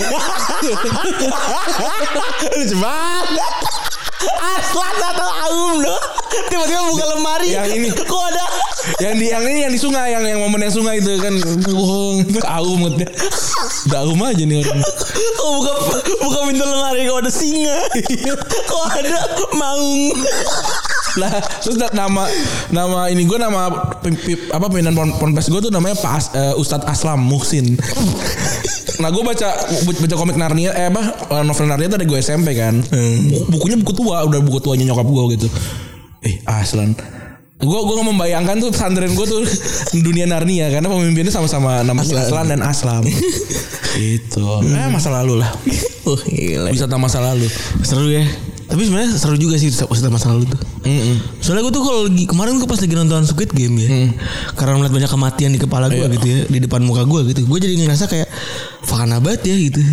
C: Lucu banget. Aslan atau aum loh. Tiba-tiba buka lemari.
B: Yang ini
C: kok ada
B: yang di sungai yang momen yang sungai itu kan bohong aum gitu. Udah aum aja nih orang.
C: Kok buka pintu lemari kok ada singa. Kok ada maung.
B: Lah terus nama ini gue nama pimpinan ponpes gue tuh namanya Pak Ustadz Aslam Muhsin. Nah gue baca komik Narnia novel Narnia tuh dari gue SMP kan. Bukunya buku tua, udah buku tuanya nyokap gue gitu. Aslan. Gue gak membayangkan tuh pesantren gue tuh dunia Narnia karena pemimpinnya sama-sama namanya Aslan dan Aslam. Gitu. Masa lalu lah.
C: Gila.
B: Wisata masa lalu.
C: Seru ya. Tapi sebenarnya seru juga sih wisata masa lalu tuh. Soalnya gue tuh kalau kemarin gue pas lagi nonton Squid Game ya, karena melihat banyak kematian di kepala gue gitu ya, di depan muka gue gitu, gue jadi ngerasa kayak fakana banget ya gitu.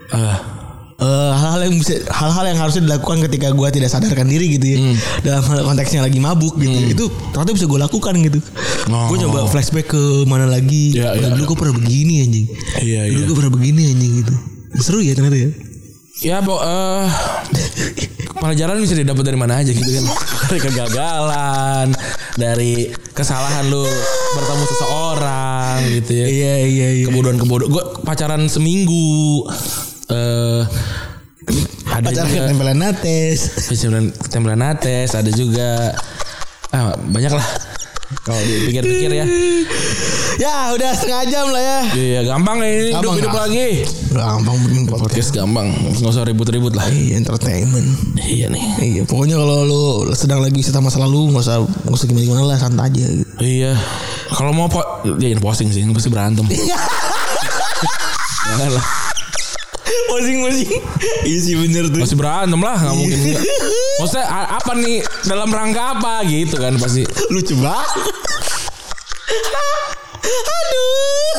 C: Hal-hal yang harusnya dilakukan ketika gue tidak sadarkan diri gitu ya, dalam konteksnya lagi mabuk gitu, itu ternyata bisa gue lakukan gitu. Gue coba flashback ke mana lagi, dulu gue pernah begini anjing, dulu gue pernah begini anjing gitu. Seru ya ternyata ya.
B: Ya pelajaran bisa didapat dari mana aja gitu kan. Dari kegagalan, dari kesalahan lu bertemu seseorang gitu ya.
C: Iya.
B: Kebodohan. Gue pacaran seminggu. Ada
C: pacaran
B: ketempelan nates. Ada juga banyak lah. Kalau dipikir-pikir ya.
C: Ya udah setengah jam lah ya.
B: Iya gampang nih hidup lagi.
C: Gampang bikin
B: podcast gampang. Nggak usah ribut-ribut lah.
C: Entertainment.
B: Iya nih.
C: Iya pokoknya kalau lu sedang lagi cerita masa lalu nggak usah gimana lah, santai aja gitu.
B: Iya. Kalau mau jangan posting sih, pasti berantem. Jangan lah.
C: Posing. Iya sih bener tuh.
B: Masih berantem lah, nggak mungkin enggak. Maksudnya apa nih, dalam rangka apa gitu kan pasti.
C: Lucu banget. Aduh.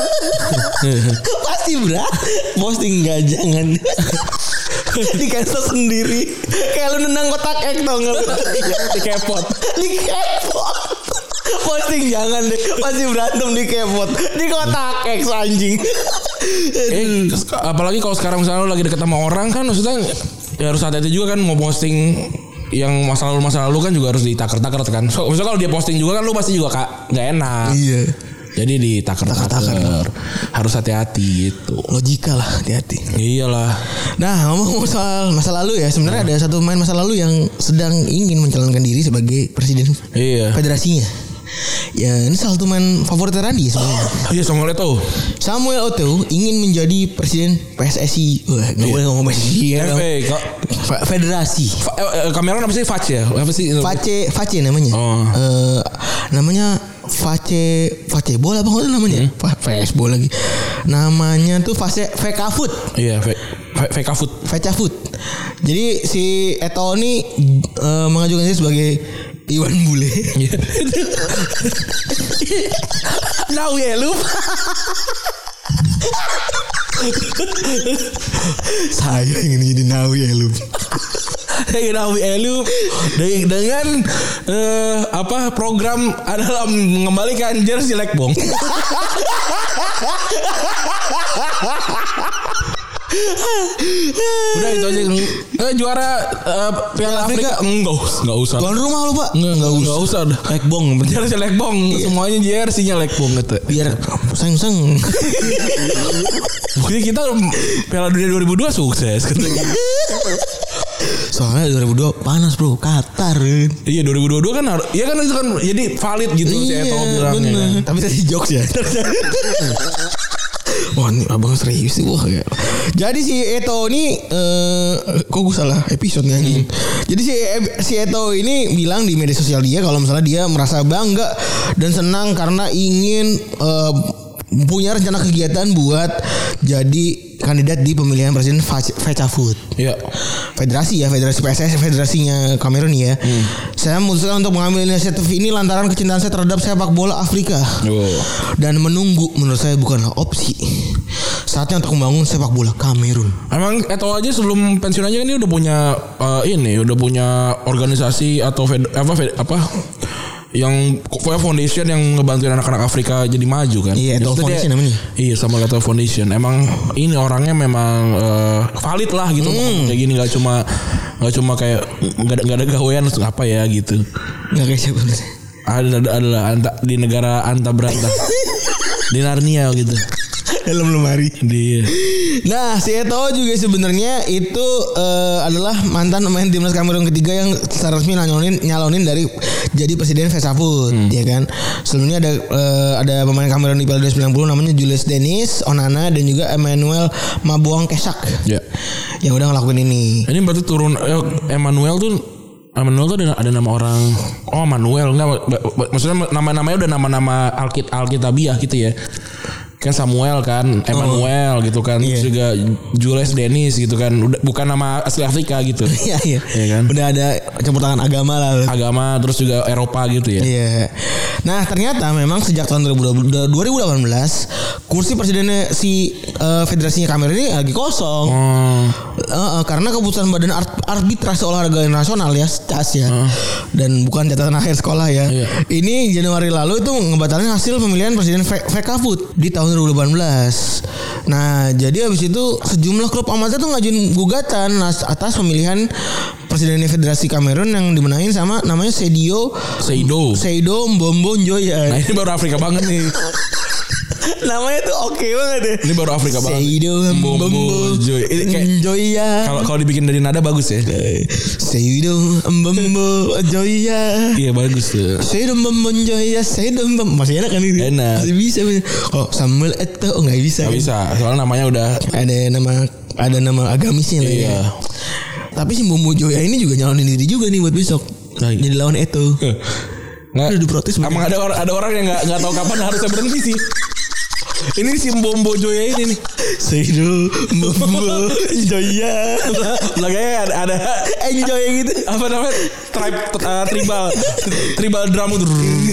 C: Pasti berat. Posting enggak, jangan. Di cancel sendiri. Kayak lu nendang kotak ek tau gak?
B: Dikepot.
C: Posting jangan deh. Pasti berantem di kepot. Di kotak ek anjing.
B: Apalagi kalau sekarang misalnya lu lagi deket sama orang kan, maksudnya ya harus hati-hati juga kan mau posting yang masa lalu kan juga harus ditakar-takar kan. So, misalnya kalau dia posting juga kan lu pasti juga nggak enak.
C: Iya.
B: Jadi ditakar-takar. Harus hati-hati gitu.
C: Logika lah, hati-hati.
B: Iyalah.
C: Nah, ngomong soal masa lalu ya, sebenarnya ada satu pemain masa lalu yang sedang ingin mencalonkan diri sebagai presiden federasinya. Ya, ini salah satu main favorit Randy sebenarnya.
B: Iya, Samuel Eto'o
C: ingin menjadi presiden PSSI. Wah, enggak boleh ngomong PSSI ya. Federasi.
B: Kamera apa sih? Face ya? Apa sih?
C: Face namanya. Namanya Face bola apa namanya? Face bola lagi. Namanya tuh VK Food.
B: Iya, VK Food. Jadi si Eto'o ini mengajukan diri sebagai Iwan Bule. Now ya lu.
C: Saya ingin jadi Nawi Elup.
B: Dengan program adalah mengembalikan jersey Lekbong. Udah itu aja. Juara Piala Afrika enggak usah.
C: Tuan rumah lu, Pak.
B: Enggak usah.
C: Lekbong
B: Jersey lekbong. Semuanya jersey-nya lekbong gitu.
C: biar sang.
B: Bukti kita Piala Dunia 2002 sukses katanya.
C: Soalnya 2002 panas bro, Qatar.
B: Iya 2022 kan iya kan itu kan jadi valid gitu si Eto'o bilangnya kan.
C: Tapi tadi jokes ya. Wah ini abang serius sih. Wah ya. Jadi si Eto'o ini kok gue salah episode nih anjing. Jadi si Eto'o ini bilang di media sosial dia kalau misalnya dia merasa bangga dan senang karena ingin punya rencana kegiatan buat jadi kandidat di pemilihan presiden FECAFOOT.
B: Iya.
C: Federasi PSS, federasinya Kamerun ya. Saya memutuskan untuk mengambil inisiatif ini lantaran kecintaan saya terhadap sepak bola Afrika. Dan menunggu menurut saya bukanlah opsi. Saatnya untuk membangun sepak bola Kamerun.
B: Emang Eto'o aja sebelum pensiun aja kan dia udah punya organisasi atau yang foundation yang ngebantuin anak-anak Afrika jadi maju kan.
C: Iya, Eto'o Foundation namanya.
B: Iya, sama Eto'o Foundation. Emang ini orangnya memang valid lah gitu. Kayak gini enggak cuma kayak enggak ada gawean apa ya gitu.
C: Enggak kayak siapa sih?
B: Adalah di negara anta beranta. Di Narnia gitu.
C: Dalam lemari.
B: Dia.
C: Nah, si Eto'o juga sebenarnya itu adalah mantan pemain timnas Kamerun ketiga yang secara resmi nyalonin dari jadi presiden FECAFOOT, ya kan. Sebelumnya ada pemain Kamerun di Piala 90 namanya Jules Denis Onana dan juga Emmanuel Mabuang Kesak. Ya. Yang udah ngelakuin ini.
B: Ini berarti turun Emmanuel tuh ada nama orang. Oh, Manuel enggak, maksudnya nama-namanya udah nama-nama Alkitabiah gitu ya. Kan Samuel kan, Emmanuel gitu kan, terus juga Jules Denis gitu kan, udah bukan nama asli Afrika gitu.
C: Iya kan. Udah ada campur tangan agama lah. Agama
B: terus juga Eropa gitu ya.
C: Iya. Nah, ternyata memang sejak tahun 2018 kursi presidennya si federasinya Kamerun ini lagi kosong. Karena keputusan Badan Arbitrase Olahraga Nasional ya, CAS ya. Dan bukan catatan akhir sekolah ya. Iya. Ini Januari lalu itu ngebatalin hasil pemilihan presiden FECAFOOT di tahun 2018. Nah, jadi habis itu sejumlah klub amatir tuh ngajuin gugatan atas pemilihan presiden Federasi Kamerun yang dimenangin sama namanya Seydou Mbombo Njoya.
B: Nah, ini baru Afrika banget nih.
C: Namanya tuh oke banget deh.
B: Ini baru Afrika banget.
C: Seydou Mbombo Njoya.
B: Kalau dibikin dari nada bagus ya.
C: Seydou Mbombo Njoya.
B: Iya bagus tuh.
C: Seydou Mbombo Njoya, Seydou Mbombo. Masih enak kan itu?
B: Enak.
C: Masih bisa. Oh, Samuel Eto'o nggak bisa.
B: Nggak bisa. Soalnya namanya udah
C: ada nama agamisnya lah ya. Tapi si Mbombo Njoya ini juga nyalonin diri juga nih buat besok. Jadi lawan Eto'o.
B: Nggak diprotes. Emang ada orang yang nggak tahu kapan harusnya berhenti sih. Ini si Mbombo Njoya ini nih.
C: Seydou Mbombo Njoya.
B: Belakangnya ada
C: Njoya gitu.
B: Apa namanya? Tribal drum tuh.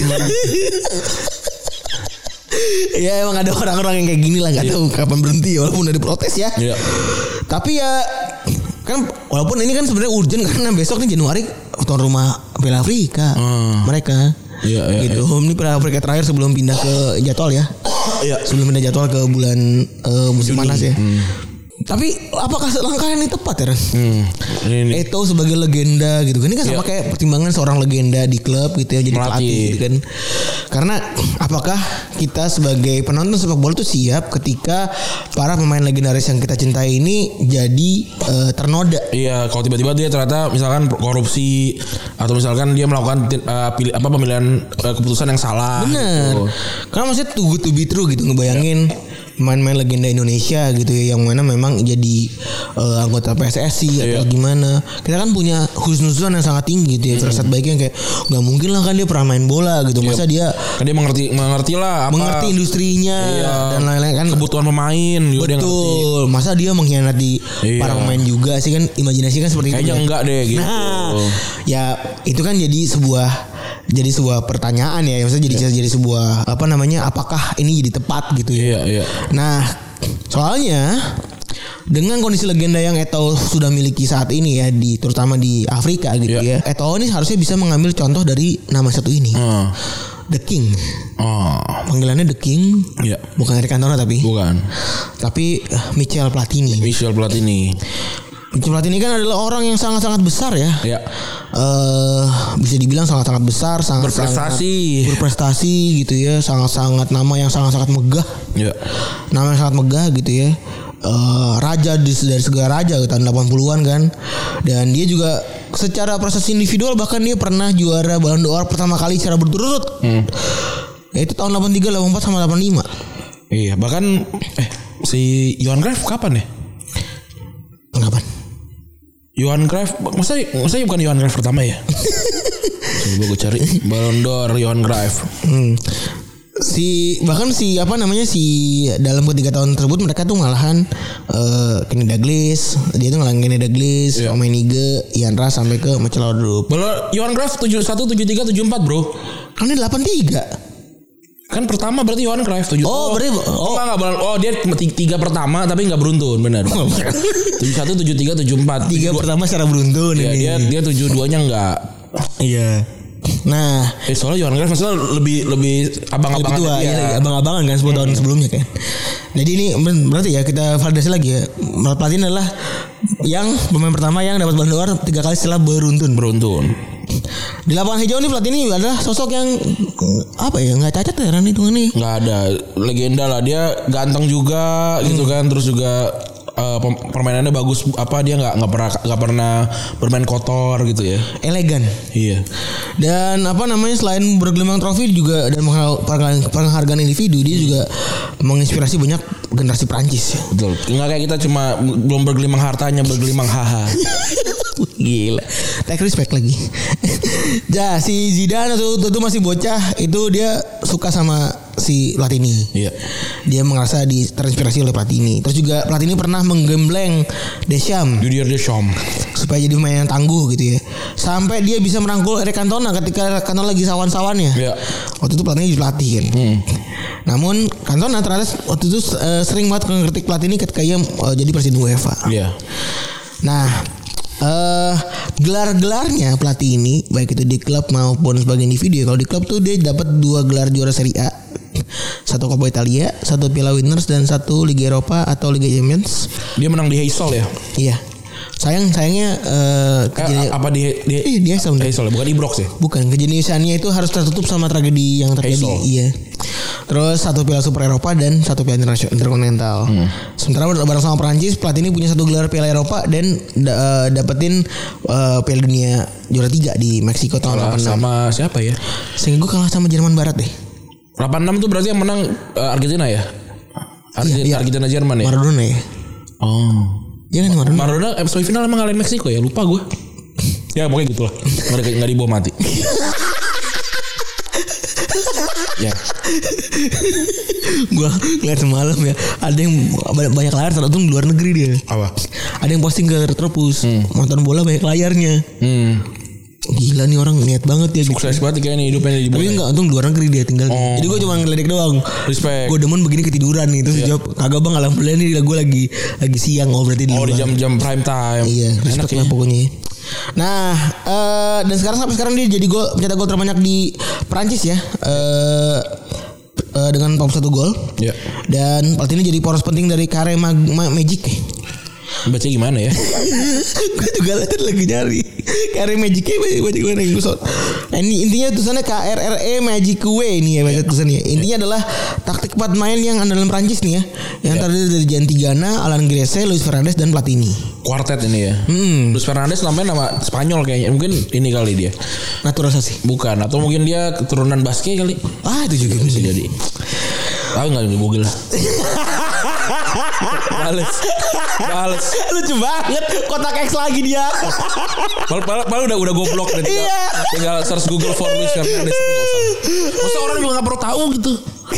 C: Ya emang ada orang-orang yang kayak gini lah, nggak tahu kapan berhenti walaupun udah diprotes ya. Iya. Tapi ya kan walaupun ini kan sebenarnya urgent karena besok nih Januari tuan rumah Piala Afrika mereka. Iya, gitu. Ini Piala Afrika terakhir sebelum pindah ke jadwal ya. Iya. Sebelum pindah jadwal ke bulan musim panas ya. Tapi apakah langkah ini tepat ya Ren? Eto'o sebagai legenda gitu kan. Ini kan sama kayak pertimbangan seorang legenda di klub gitu ya, jadi pelatih gitu kan. Karena apakah kita sebagai penonton sepak bola itu siap ketika para pemain legendaris yang kita cintai ini jadi ternoda? Iya,
B: kalau tiba-tiba dia ternyata misalkan korupsi atau misalkan dia melakukan pemilihan keputusan yang salah.
C: Benar. Gitu. Karena maksudnya too good to be true gitu, ngebayangin main-main legenda Indonesia gitu ya yang mana memang jadi anggota PSSI atau gimana. Kita kan punya husnuzon yang sangat tinggi gitu ya. Firasat baiknya kayak nggak mungkin lah kan dia pernah main bola gitu. Masa dia
B: kan dia mengerti lah apa,
C: mengerti industrinya dan lain-lain kan,
B: kebutuhan pemain juga.
C: Betul. Masa dia mengkhianati para pemain juga sih kan, imajinasi kan seperti
B: kayaknya
C: itu. Kayaknya
B: enggak deh gitu.
C: Nah, ya itu kan jadi sebuah pertanyaan ya. Maksudnya jadi sebuah apakah ini jadi tepat gitu ya.
B: Iya.
C: Nah, soalnya dengan kondisi legenda yang Eto'o sudah miliki saat ini ya, terutama di Afrika gitu ya. Eto'o ini harusnya bisa mengambil contoh dari nama satu ini. The King.
B: Oh.
C: Panggilannya The King.
B: Iya.
C: Bukan Eric Cantona tapi.
B: Bukan.
C: Tapi Michel Platini.
B: Michel Platini.
C: Michel Platini kan adalah orang yang sangat-sangat besar ya.
B: Iya.
C: Bisa dibilang sangat-sangat besar, berprestasi gitu ya, sangat-sangat nama yang sangat-sangat megah.
B: Iya.
C: Nama yang sangat megah gitu ya. Raja dari segala raja tahun 80-an kan. Dan dia juga secara prestasi individual bahkan dia pernah juara Ballon d'Or pertama kali secara berturut-turut. Yaitu tahun 83, 84 sama 85.
B: Iya, bahkan si Johan Cruyff kapan ya?
C: Kapan?
B: Johan Cruyff, masa bukan Johan Cruyff pertama ya? Coba gue cari Ballon d'Or Johan Cruyff. Si dalam 3 tahun tersebut mereka tuh malahan Kenny Dalglish, dia tuh ngalahin Kenny Dalglish, Rummenigge, Ian Rush sampai ke Michel Laudrup. Johan Cruyff 71, 73, 74 bro.
C: Kan dia 83.
B: Kan pertama berarti Johan Cruyff 7.
C: Berarti
B: dia 3 pertama tapi enggak beruntun, benar. 71, 73, 74.
C: 3 pertama secara beruntun ini.
B: Dia 72-nya enggak.
C: Iya. Nah,
B: soalnya Johan Cruyff maksudnya lebih abang-abangan
C: tua,
B: dia.
C: abang-abangan kan 10 tahun sebelumnya kan. Jadi ini berarti ya kita validasi lagi ya. Platini adalah yang pemain pertama yang dapat Ballon d'Or 3 kali setelah beruntun. Di lapangan hijau nih Platini adalah sosok yang nggak cacat ya Ran itu nih.
B: Nggak ada, legenda lah, dia ganteng juga gitu kan, terus juga permainannya bagus, dia nggak pernah bermain kotor gitu ya,
C: elegan.
B: Iya.
C: Dan selain bergelimang trofi juga dan penghargaan individu, dia juga menginspirasi banyak generasi Prancis.
B: Betul. Nggak kayak kita cuma belum bergelimang hartanya, bergelimang haha.
C: Gila, take respect lagi. Ya si Zidane itu masih bocah, itu dia suka sama si Platini.
B: Iya.
C: Dia merasa terinspirasi oleh Platini. Terus juga Platini pernah menggembleng
B: Didier Deschamps
C: supaya jadi pemain yang tangguh gitu ya. Sampai dia bisa merangkul Eric Cantona ketika Cantona lagi sawan-sawannya.
B: Iya.
C: Waktu itu Platini dilatih kan. Namun Cantona ternyata waktu itu sering banget mengkritik Platini ketika ia jadi presiden UEFA.
B: Iya.
C: Nah, gelar-gelarnya Platini baik itu di klub maupun sebagai individu. Kalau di klub tuh dia dapat 2 gelar juara Serie A, 1 Coppa Italia, 1 Piala Winners dan 1 Liga Eropa atau Liga Champions.
B: Dia menang di Heysel ya?
C: Iya. Sayangnya di Heysel
B: bukan Ibrox ya?
C: Bukan, kejeniusannya itu harus tertutup sama tragedi yang terjadi.
B: Heysel.
C: Iya. Terus 1 Piala Super Eropa dan 1 Piala Interkontinental. Sementara bareng sama Perancis, Platini punya 1 gelar Piala Eropa dan dapetin Piala Dunia juara 3 di Meksiko tahun 86.
B: Sama siapa ya?
C: Sehingga gue kalah sama Jerman Barat deh.
B: 86 tuh berarti yang menang Argentina ya? Argentina Jerman ya?
C: Maradona ya?
B: Oh.
C: Iya kan
B: Maradona semifinal emang ngalahin Meksiko ya? Lupa gue. Ya pokoknya gitulah. Nggak dibawa mati. Ya.
C: Gue ngeliat semalam ya, ada yang banyak layar ternyata di luar negeri dia.
B: Apa?
C: Ada yang posting ke Retropus, nonton bola banyak layarnya. Gila nih orang niat banget ya.
B: Sukses banget kayaknya hidupnya di bola.
C: Tapi enggak, untung di luar negeri dia tinggal. Jadi gue cuma ngeledek doang.
B: Respect.
C: Gue demen begini ketiduran nih. Terus jawab, kagak bang, alhamdulillah nih gue lagi siang. Berarti di luar.
B: Di jam prime time.
C: Iya, respect lah pokoknya. Nah, dan sampai sekarang dia jadi pencetak gol terbanyak di Prancis ya. Dengan 41 gol.
B: Iya.
C: Dan Platini jadi poros penting dari Carre Magic.
B: Baca gimana ya?
C: Gue juga lagi nyari Carre Magic baca gimana yang gue ini intinya tulisannya KRRE Magic Way ini ya baca tulisannya. Intinya adalah taktik 4 main yang andalan Prancis nih ya. Yang terdiri dari Jean Tigana, Alain Giresse, Luis Fernandes dan Platini.
B: Kuartet ini ya. Luis Fernandes namanya nama Spanyol kayaknya. Mungkin ini kali dia.
C: Naturalisasi.
B: Bukan, atau mungkin dia keturunan Basque kali.
C: Itu juga bisa jadi.
B: Tahu enggak di Google lah. Bales.
C: Lucu banget. Kotak X lagi dia.
B: Padahal udah gue blok deh. Tinggal search Google for Luis Fernandes. Masa orang juga gak perlu tahu gitu.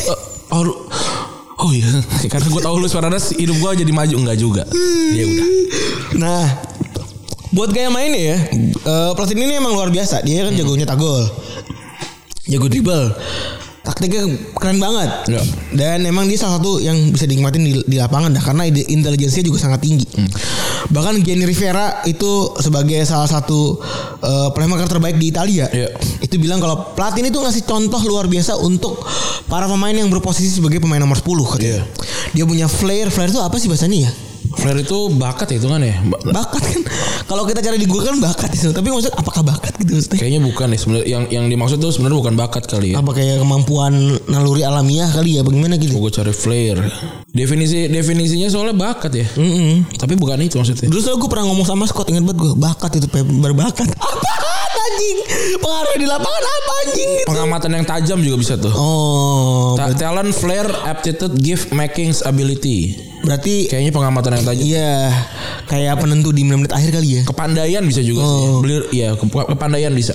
B: Oh iya, karena gue tahu Luis Fernandes hidup gue jadi maju. Enggak juga. Ya udah.
C: Nah, buat gaya mainnya ya, Platini ini emang luar biasa. Dia kan jagonya tagol, jago dribble. taktiknya keren banget.
B: Ya.
C: Dan emang dia salah satu yang bisa dinikmatin di lapangan dah karena intelijensinya juga sangat tinggi. Bahkan Gianni Rivera itu sebagai salah satu playmaker terbaik di Italia.
B: Ya.
C: Itu bilang kalau pelatih ini tuh ngasih contoh luar biasa untuk para pemain yang berposisi sebagai pemain nomor 10 katanya. Dia punya flair itu apa sih bahasanya ya?
B: Flair itu bakat ya, itu kan ya.
C: Bakat kan. Kalau kita cari di Google kan bakat itu. Tapi maksud apakah bakat gitu maksudnya?
B: Kayaknya bukan ya sebenarnya, yang dimaksud tuh sebenarnya bukan bakat kali ya.
C: Apa kayak kemampuan naluri alamiah kali ya, bagaimana gitu?
B: Gue cari flair. Definisinya soalnya bakat ya. Tapi bukan itu maksudnya.
C: Dulu soalnya gue pernah ngomong sama Scott, ingat banget gue, bakat itu berbakat. Apaan anjing? Pengaruh di lapangan apa anjing?
B: Pengamatan yang tajam juga bisa tuh.
C: Oh,
B: Talent, flair, aptitude, gift, making, ability.
C: berarti
B: Kayaknya pengamatan yang tajam.
C: iya, kayak penentu di menit akhir kali ya.
B: Kepandaian bisa juga sih. Iya, kepandaian bisa.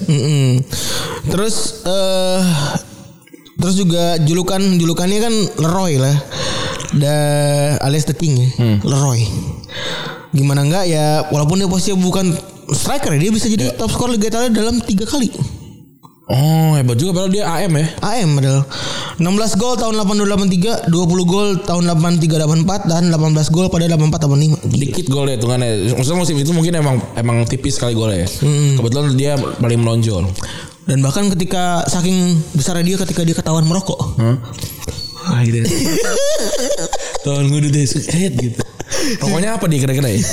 C: Terus juga julukannya kan Leroy lah. Alias The King ya. Leroy. Gimana enggak ya, walaupun dia posisinya bukan striker ya, dia bisa jadi top skor Liga Italia dalam 3 kali.
B: Oh, hebat juga padahal dia AM ya.
C: AM padahal 16 gol tahun 82-83, 20 gol tahun 83-84 dan 18 gol pada 84-85.
B: Dikit gol ya hitungannya. Maksudnya musim itu mungkin emang tipis sekali golnya ya. Kebetulan dia paling menonjol.
C: Dan bahkan ketika saking besarnya dia ketika dia ketahuan merokok.
B: Wah, gitu. Tahun gue udah head gitu. Rokoknya apa dia kira-kira ya?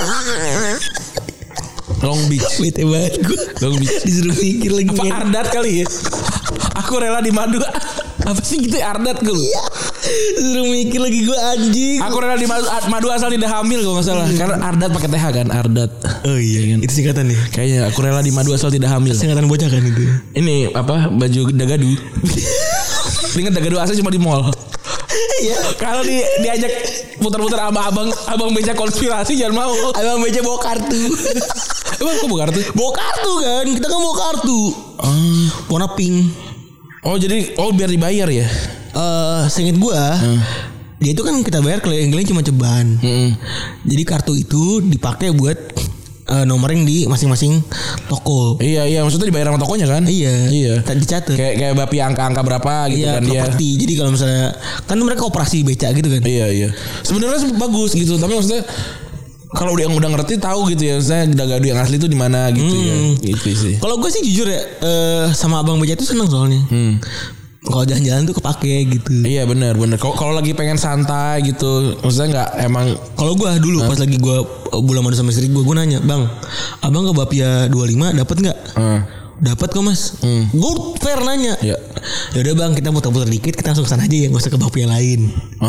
B: Long Beach.
C: Bete banget gue.
B: Long Beach.
C: Disuruh mikir lagi.
B: Apa Ardat kali ya? Aku rela di madu. Apa sih gitu Ardat gue?
C: Iya. Disuruh mikir lagi gue anjing.
B: Aku rela di madu asal tidak hamil kalau nggak salah. Karena Ardat pakai TH kan, Ardat.
C: Oh iya kan. Itu singkatan nih.
B: Kayaknya aku rela di madu asal tidak hamil.
C: Singkatan bocah kan itu.
B: Ini apa? Baju dagadu. Ingat dagadu asal cuma di mall.
C: Iya.
B: Kalau diajak putar-putar sama abang beca konspirasi jangan mau.
C: Abang beca bawa kartu.
B: Emang kok bawa kartu?
C: Bawa kartu kan. Kita kan bawa kartu. Warna pink.
B: Oh jadi biar dibayar ya?
C: Seinget gua dia itu kan kita bayar keliling-keliling cuma ceban. Jadi kartu itu dipakai buat nomoring di masing-masing toko.
B: Iya maksudnya dibayar sama tokonya kan?
C: Iya. Dicatat.
B: Kayak bapi angka berapa gitu
C: iya,
B: kan dia.
C: Properti. Jadi kalau misalnya kan mereka operasi beca gitu kan.
B: Iya. Sebenarnya bagus gitu, tapi maksudnya kalau yang udah ngerti tahu gitu ya, saya dagadu yang asli itu di mana gitu ya. Gitu sih.
C: Kalau gue sih jujur ya sama abang beca itu seneng soalnya. Kalau jalan-jalan tuh kepake gitu.
B: Iya benar. Kalau lagi pengen santai gitu, maksudnya nggak emang.
C: Kalau gue dulu pas lagi gue bulan madu sama istri gue nanya, bang, abang ke Bapia 25 dapat nggak? Dapat kok mas. Gue fair nanya. Ya udah bang, kita putar-putar dikit, kita langsung kesana aja ya, nggak usah ke Bapia lain.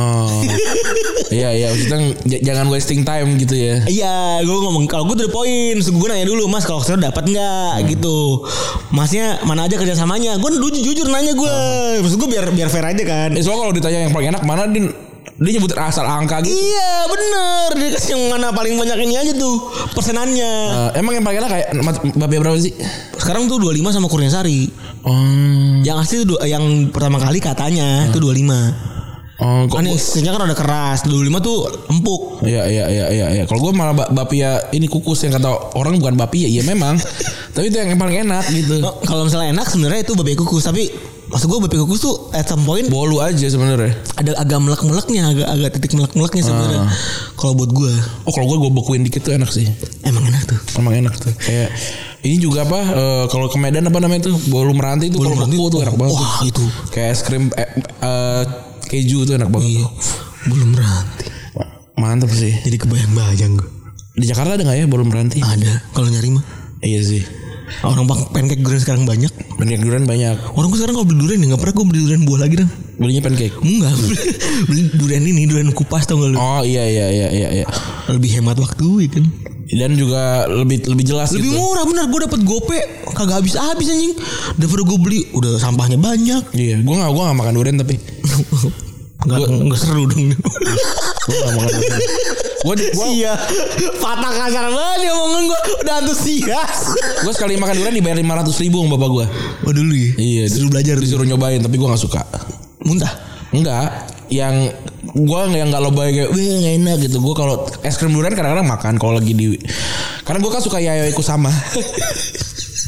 B: Iya maksudnya jangan wasting time gitu ya.
C: Iya, gue ngomong kalau gue tuh poin, gue nanya dulu mas kalau kesana dapat nggak gitu. Masnya mana aja kerjasamanya? Gue jujur nanya gue. Maksud gue biar fair aja kan.
B: Soalnya kalau ditanya yang paling enak mana dia nyebut asal angka gitu.
C: Iya bener. Dia kasih yang mana paling banyak ini aja tuh persenannya.
B: Emang yang paling enak kayak Bapia berapa sih?
C: Sekarang tuh 25 sama Kurniasari. Yang asli tuh yang pertama kali katanya itu 25. Kan isinya kan udah keras. 25 tuh empuk.
B: Iya. Kalau gue malah Bapia ini kukus, yang kata orang bukan Bapia. Iya memang. Tapi itu yang paling enak gitu.
C: Kalau misalnya enak sebenarnya itu Bapia kukus, tapi maksud gue Bapia kukus tuh at some point
B: bolu aja sebenarnya. Ada
C: agak melek-meleknya, agak titik melek-meleknya sebenarnya. Kalau buat gue.
B: Kalau gue bekuin dikit tuh enak sih.
C: Emang enak tuh. Kayak ini juga apa? Kalau ke Medan apa namanya tuh? Bolu Meranti itu kalau beku tuh enak banget. Wah itu.
B: Kayak es krim keju tuh enak banget.
C: Iya. Bolu Meranti.
B: Mantap sih.
C: Jadi kebayang-bayang gue.
B: Di Jakarta ada nggak ya bolu Meranti?
C: Ada. Kalau nyari mah.
B: Iya sih.
C: Orang pancake durian sekarang banyak.
B: Pancake durian banyak.
C: Orang gue sekarang kalau beli durian nggak pernah gue beli durian buah lagi dong.
B: Belinya pancake?
C: Enggak. Beli durian kupas tau gak lu?
B: Oh iya.
C: Lebih hemat waktu ya kan.
B: Dan juga lebih jelas.
C: Lebih
B: gitu.
C: murah bener. Gue dapet gope kagak habis anjing. Daripada gue beli udah sampahnya banyak.
B: Iya. Gue nggak makan durian tapi.
C: Nggak seru dong.
B: Gue gak makan durian.
C: Iya. Patah kasar banget omongan gue. Udah antusias.
B: Gue sekali makan durian dibayar 500.000 sama bapak gue.
C: Oh dulu ya?
B: Iya. Disuruh nyobain tapi gue gak suka.
C: Muntah?
B: Enggak. Yang gue yang gak lebay kayak gak enak gitu. Gue kalau es krim durian kadang-kadang makan kalau lagi di. Karena gue kan suka Yayoi Kusama.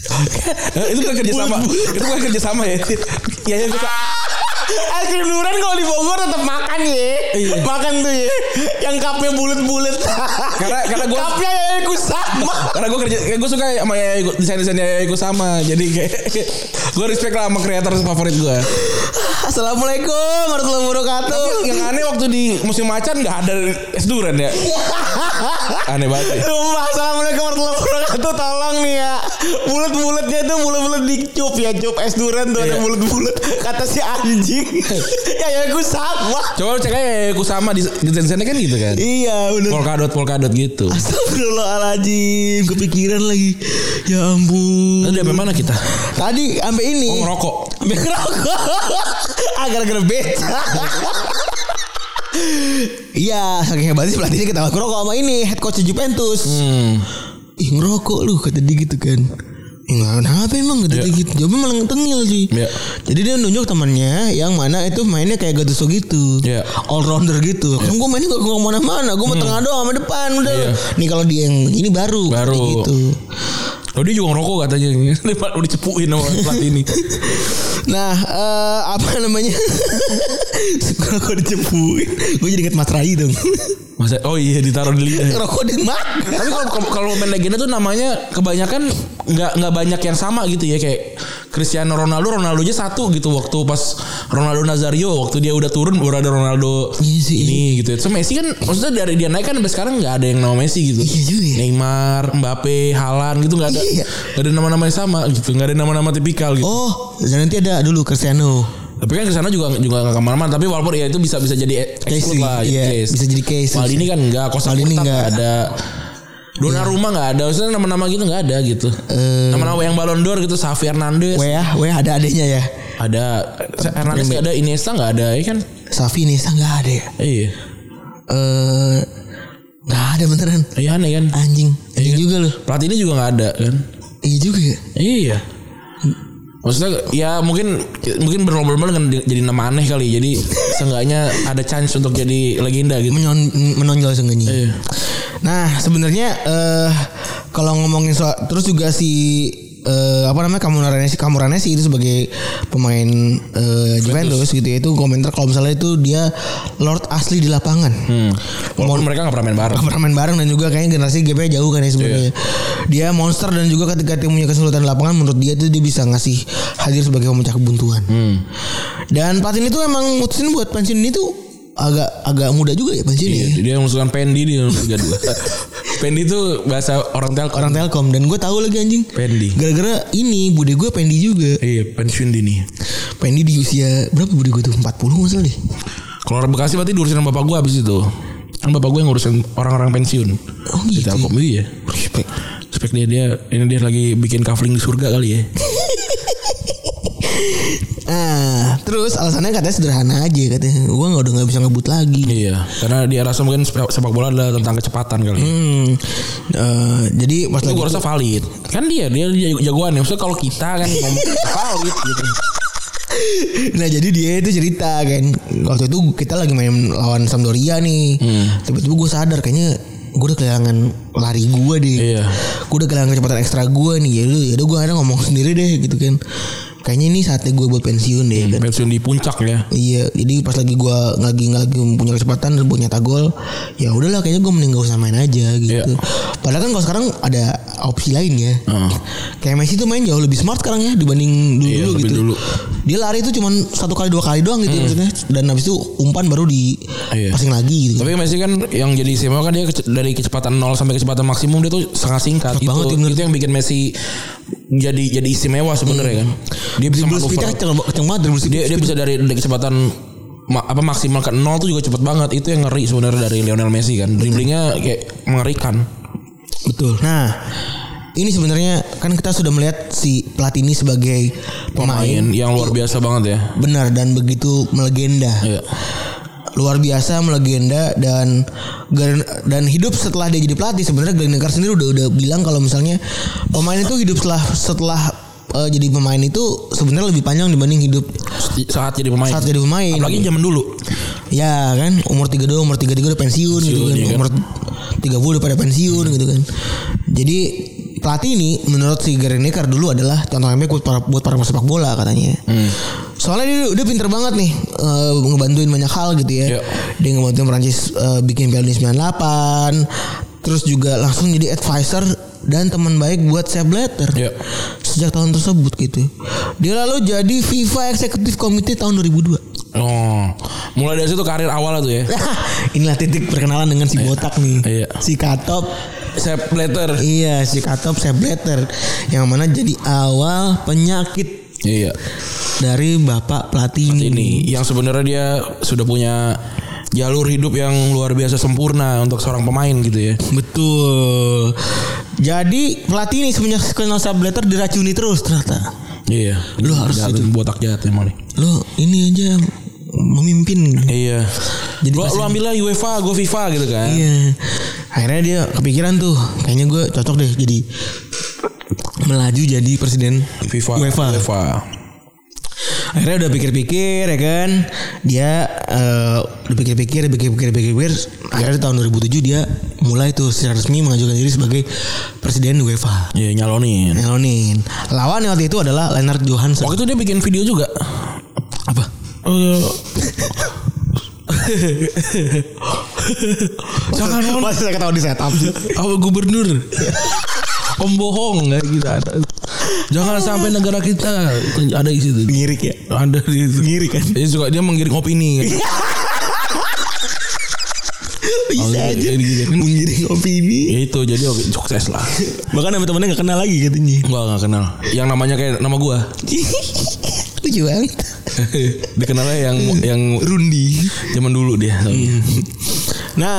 B: Itu kan kerja sama. Itu kan kerja sama ya. Ya yang
C: Es krim durian kalau di Bogor tetap makan ya.
B: Iya.
C: Makan tuh ya. Yang cupnya bulat-bulat.
B: Karena gue
C: cupnya ya sama.
B: Karena gue suka sama desain-desainnya sama. Jadi kayak gue respect lah sama kreator favorit gue.
C: Assalamualaikum warahmatullahi wabarakatuh.
B: Tapi yang aneh waktu di musim macan nggak ada es durian ya. Aneh banget.
C: Assalamualaikum warahmatullahi wabarakatuh. Tolong nih ya. Bulat-bulatnya tuh bulat-bulat dicup ya. Cup es durian tuh ada bulat-bulat. Kata si anjing. Ya aku sama.
B: Coba cek aja aku sama di desainnya kan gitu kan.
C: Iya benar.
B: Polkadot gitu.
C: Astagfirullahaladzim. Kepikiran lagi. Ya ampun.
B: Tadi sampai mana kita?
C: Tadi sampai ini.
B: Oh ngerokok.
C: Sampai ngerokok. Gara-gara beca. Iya, saking hebatnya sih pelatihnya ketawa ngerokok sama ini head coach Juventus. Ih ngerokok lu kata dia gitu kan. Kenapa emang kata dia gitu. Jawabnya malah tengil sih. Jadi dia nunjuk temannya yang mana itu mainnya kayak Gattuso gitu. All rounder gitu. Kan gue mainnya gak kemana-mana. Gue mau tengah doang sama depan udah. Nih kalau dia yang ini baru gitu.
B: Oh dia juga ngerokok katanya. Udah dicepuin sama pelatih ini.
C: Nah apa namanya? Rokok dicepuin. Gue jadi inget Mas Rai dong.
B: Masa, oh iya ditaruh di lidah.
C: Rokok di mak.
B: Tapi kalau main legenda tuh namanya kebanyakan nggak banyak yang sama gitu ya, kayak Cristiano Ronaldo aja satu gitu waktu pas Ronaldo Nazario waktu dia udah turun baru ada Ronaldo ini gitu. So Messi kan maksudnya dari dia naik kan sampai sekarang nggak ada yang nama Messi gitu.
C: Iya juga ya.
B: Neymar, Mbappe, Haaland gitu nggak ada. Nggak ada nama-nama yang sama gitu, nggak ada nama-nama tipikal gitu.
C: Oh, nanti ada dulu Cristiano.
B: Tapi kan kesana juga nggak kemana-mana. Tapi walaupun ya itu bisa jadi exclude lah.
C: Iya, bisa jadi case.
B: Maldini kan nggak, Maldini nggak ada. Donnarumma nggak ada. Maksudnya nama-nama gitu nggak ada gitu. Nama-nama yang Ballon d'Or gitu, Xavi Hernandez.
C: Weh ada adanya ya.
B: Ada Hernandez nggak ada, Iniesta nggak ada ya kan?
C: Xavi Iniesta nggak ada ya.
B: Iya.
C: Nggak ada beneran.
B: Iya aneh kan.
C: Anjing. Iya juga loh.
B: Pelatih ini juga nggak ada kan?
C: Iya juga ya.
B: Iya. Maksudnya ya mungkin berlomba-lomba dengan jadi nama aneh kali. Jadi seenggaknya ada chance untuk jadi legenda gitu.
C: Menonjol seenggaknya.
B: Iya.
C: Nah sebenarnya kalau ngomongin soal terus juga si Camoranesi itu sebagai pemain Juventus gitu ya, itu komentar kalau misalnya itu dia Lord asli di lapangan.
B: Walaupun mereka nggak pernah main bareng.
C: Dan juga kayaknya generasi gapnya jauh kan ya sebenarnya. Dia monster dan juga ketika tim punya kesulitan di lapangan menurut dia itu dia bisa ngasih hadir sebagai pemecah kebuntuan. Dan pelatih ini tuh emang mutusin buat pensiun ini tuh agak muda juga ya pensiun ya.
B: Dia mengusulkan Pendi dia 32. Pendi itu bahasa orang Telkom.
C: Dan gue tahu lagi anjing.
B: Pendi.
C: Gara-gara ini bude gue Pendi juga.
B: Iya pensiun dini.
C: Pendi di usia berapa bude gue tuh 40 masalah deh.
B: Kalau orang Bekasi berarti diurusin sama bapak gue abis itu. Kan bapak gue yang ngurusin orang-orang pensiun.
C: Oh gitu.
B: Di Telkom iya. Respect dia lagi bikin kafling di surga kali ya.
C: Terus alasannya katanya sederhana aja, katanya gue nggak bisa ngebut lagi.
B: Iya, karena dia rasa mungkin sepak bola adalah tentang kecepatan kali.
C: Jadi pas
B: itu gue rasa valid. Kan dia jagoan ya. Maksudnya kalau kita kan ngomong valid gitu.
C: Nah jadi dia itu cerita kan waktu itu kita lagi main lawan Sampdoria nih. Tiba-tiba gue sadar kayaknya gue udah kehilangan lari gue deh.
B: Iya. Gue
C: udah kehilangan kecepatan ekstra gue nih. Ya udah gue akhirnya ngomong sendiri deh gitu kan. Kayaknya ini saatnya gue buat pensiun deh kan.
B: Pensiun di puncak ya. Iya.
C: Jadi pas lagi gue lagi punya kecepatan buat nyetak gol, ya udahlah kayaknya gue mending gak usah main aja gitu. Iya. Padahal kan kalau sekarang ada opsi lain ya. Kayak Messi tuh main jauh lebih smart sekarang ya dibanding dulu gitu. Dulu. Dia lari itu cuma 1 kali 2 kali doang gitu maksudnya. Dan habis itu umpan baru di passing lagi gitu.
B: Tapi Messi kan yang jadi istimewa kan dia dari kecepatan 0 sampai kecepatan maksimum dia tuh sangat singkat. Itu yang bikin Messi jadi istimewa sebenarnya kan. Dia bisa dia bisa dari kecepatan maksimal ke 0 tuh juga cepet banget. Itu yang ngeri sebenarnya dari Lionel Messi kan. Dribblingnya kayak mengerikan.
C: Betul. Nah, ini sebenarnya kan kita sudah melihat si Platini sebagai pemain
B: yang luar biasa banget ya.
C: Benar, dan begitu melegenda. Iya. Luar biasa melegenda dan hidup setelah dia jadi pelatih. Sebenarnya Glenn Neckar sendiri udah bilang kalau misalnya pemain itu hidup setelah jadi pemain itu sebenarnya lebih panjang dibanding hidup
B: saat jadi pemain. Apalagi zaman dulu.
C: Ya kan, umur 32, umur 33 udah pensiun gitu kan. Ya kan? Umur 30 udah pada pensiun gitu kan. Jadi Platini menurut si Gary Lineker dulu adalah contoh yang baik buat para sepak bola katanya. Soalnya dia pinter banget nih ngebantuin banyak hal gitu ya. Dia ngebantuin Prancis bikin Piala Dunia 98. Terus juga langsung jadi advisor dan teman baik buat Sepp Blatter sejak tahun tersebut gitu. Dia lalu jadi FIFA Executive Committee tahun 2002.
B: Oh, mulai dari situ karir awal tuh ya.
C: Inilah titik perkenalan dengan si botak nih. Si Katop
B: Sepp Blatter.
C: Iya, si Katop Sepp Blatter yang mana jadi awal penyakit dari Bapak Platini.
B: Yang sebenarnya dia sudah punya jalur hidup yang luar biasa sempurna untuk seorang pemain gitu ya.
C: Betul. Jadi Platini semenjak kenal Sepp Blatter diracuni terus ternyata.
B: Iya.
C: Lu harus itu
B: botak jahat emang nih.
C: Lu ini aja memimpin.
B: Iya. Jadi lu ambillah UEFA, gue FIFA gitu kan.
C: Iya. Akhirnya dia kepikiran tuh, kayaknya gue cocok deh jadi melaju jadi presiden
B: FIFA. UEFA.
C: Akhirnya udah pikir-pikir ya kan. Dia udah pikir-pikir. Akhirnya di tahun 2007 dia mulai tuh secara resmi mengajukan diri sebagai presiden UEFA.
B: Iya, nyalonin.
C: Lawannya waktu itu adalah Lennart Johansson.
B: Waktu itu dia bikin video juga.
C: Apa?
B: Jangan
C: Masa saya ketawa di setup.
B: Apa gubernur? Pembohong nggak gitu ada. Jangan sampai negara kita ada di situ.
C: Ngirik ya?
B: Ada di situ.
C: Ngirik kan?
B: Dia suka dia menggiring opini. Kan?
C: Bisa aja menggiring opini.
B: Ya itu jadi sukses lah.
C: Bahkan sama temennya nggak kenal lagi katanya.
B: Nggak kenal. Yang namanya kayak nama gua.
C: Lucu banget.
B: Dikenalnya yang Rundi zaman dulu dia.
C: Nah,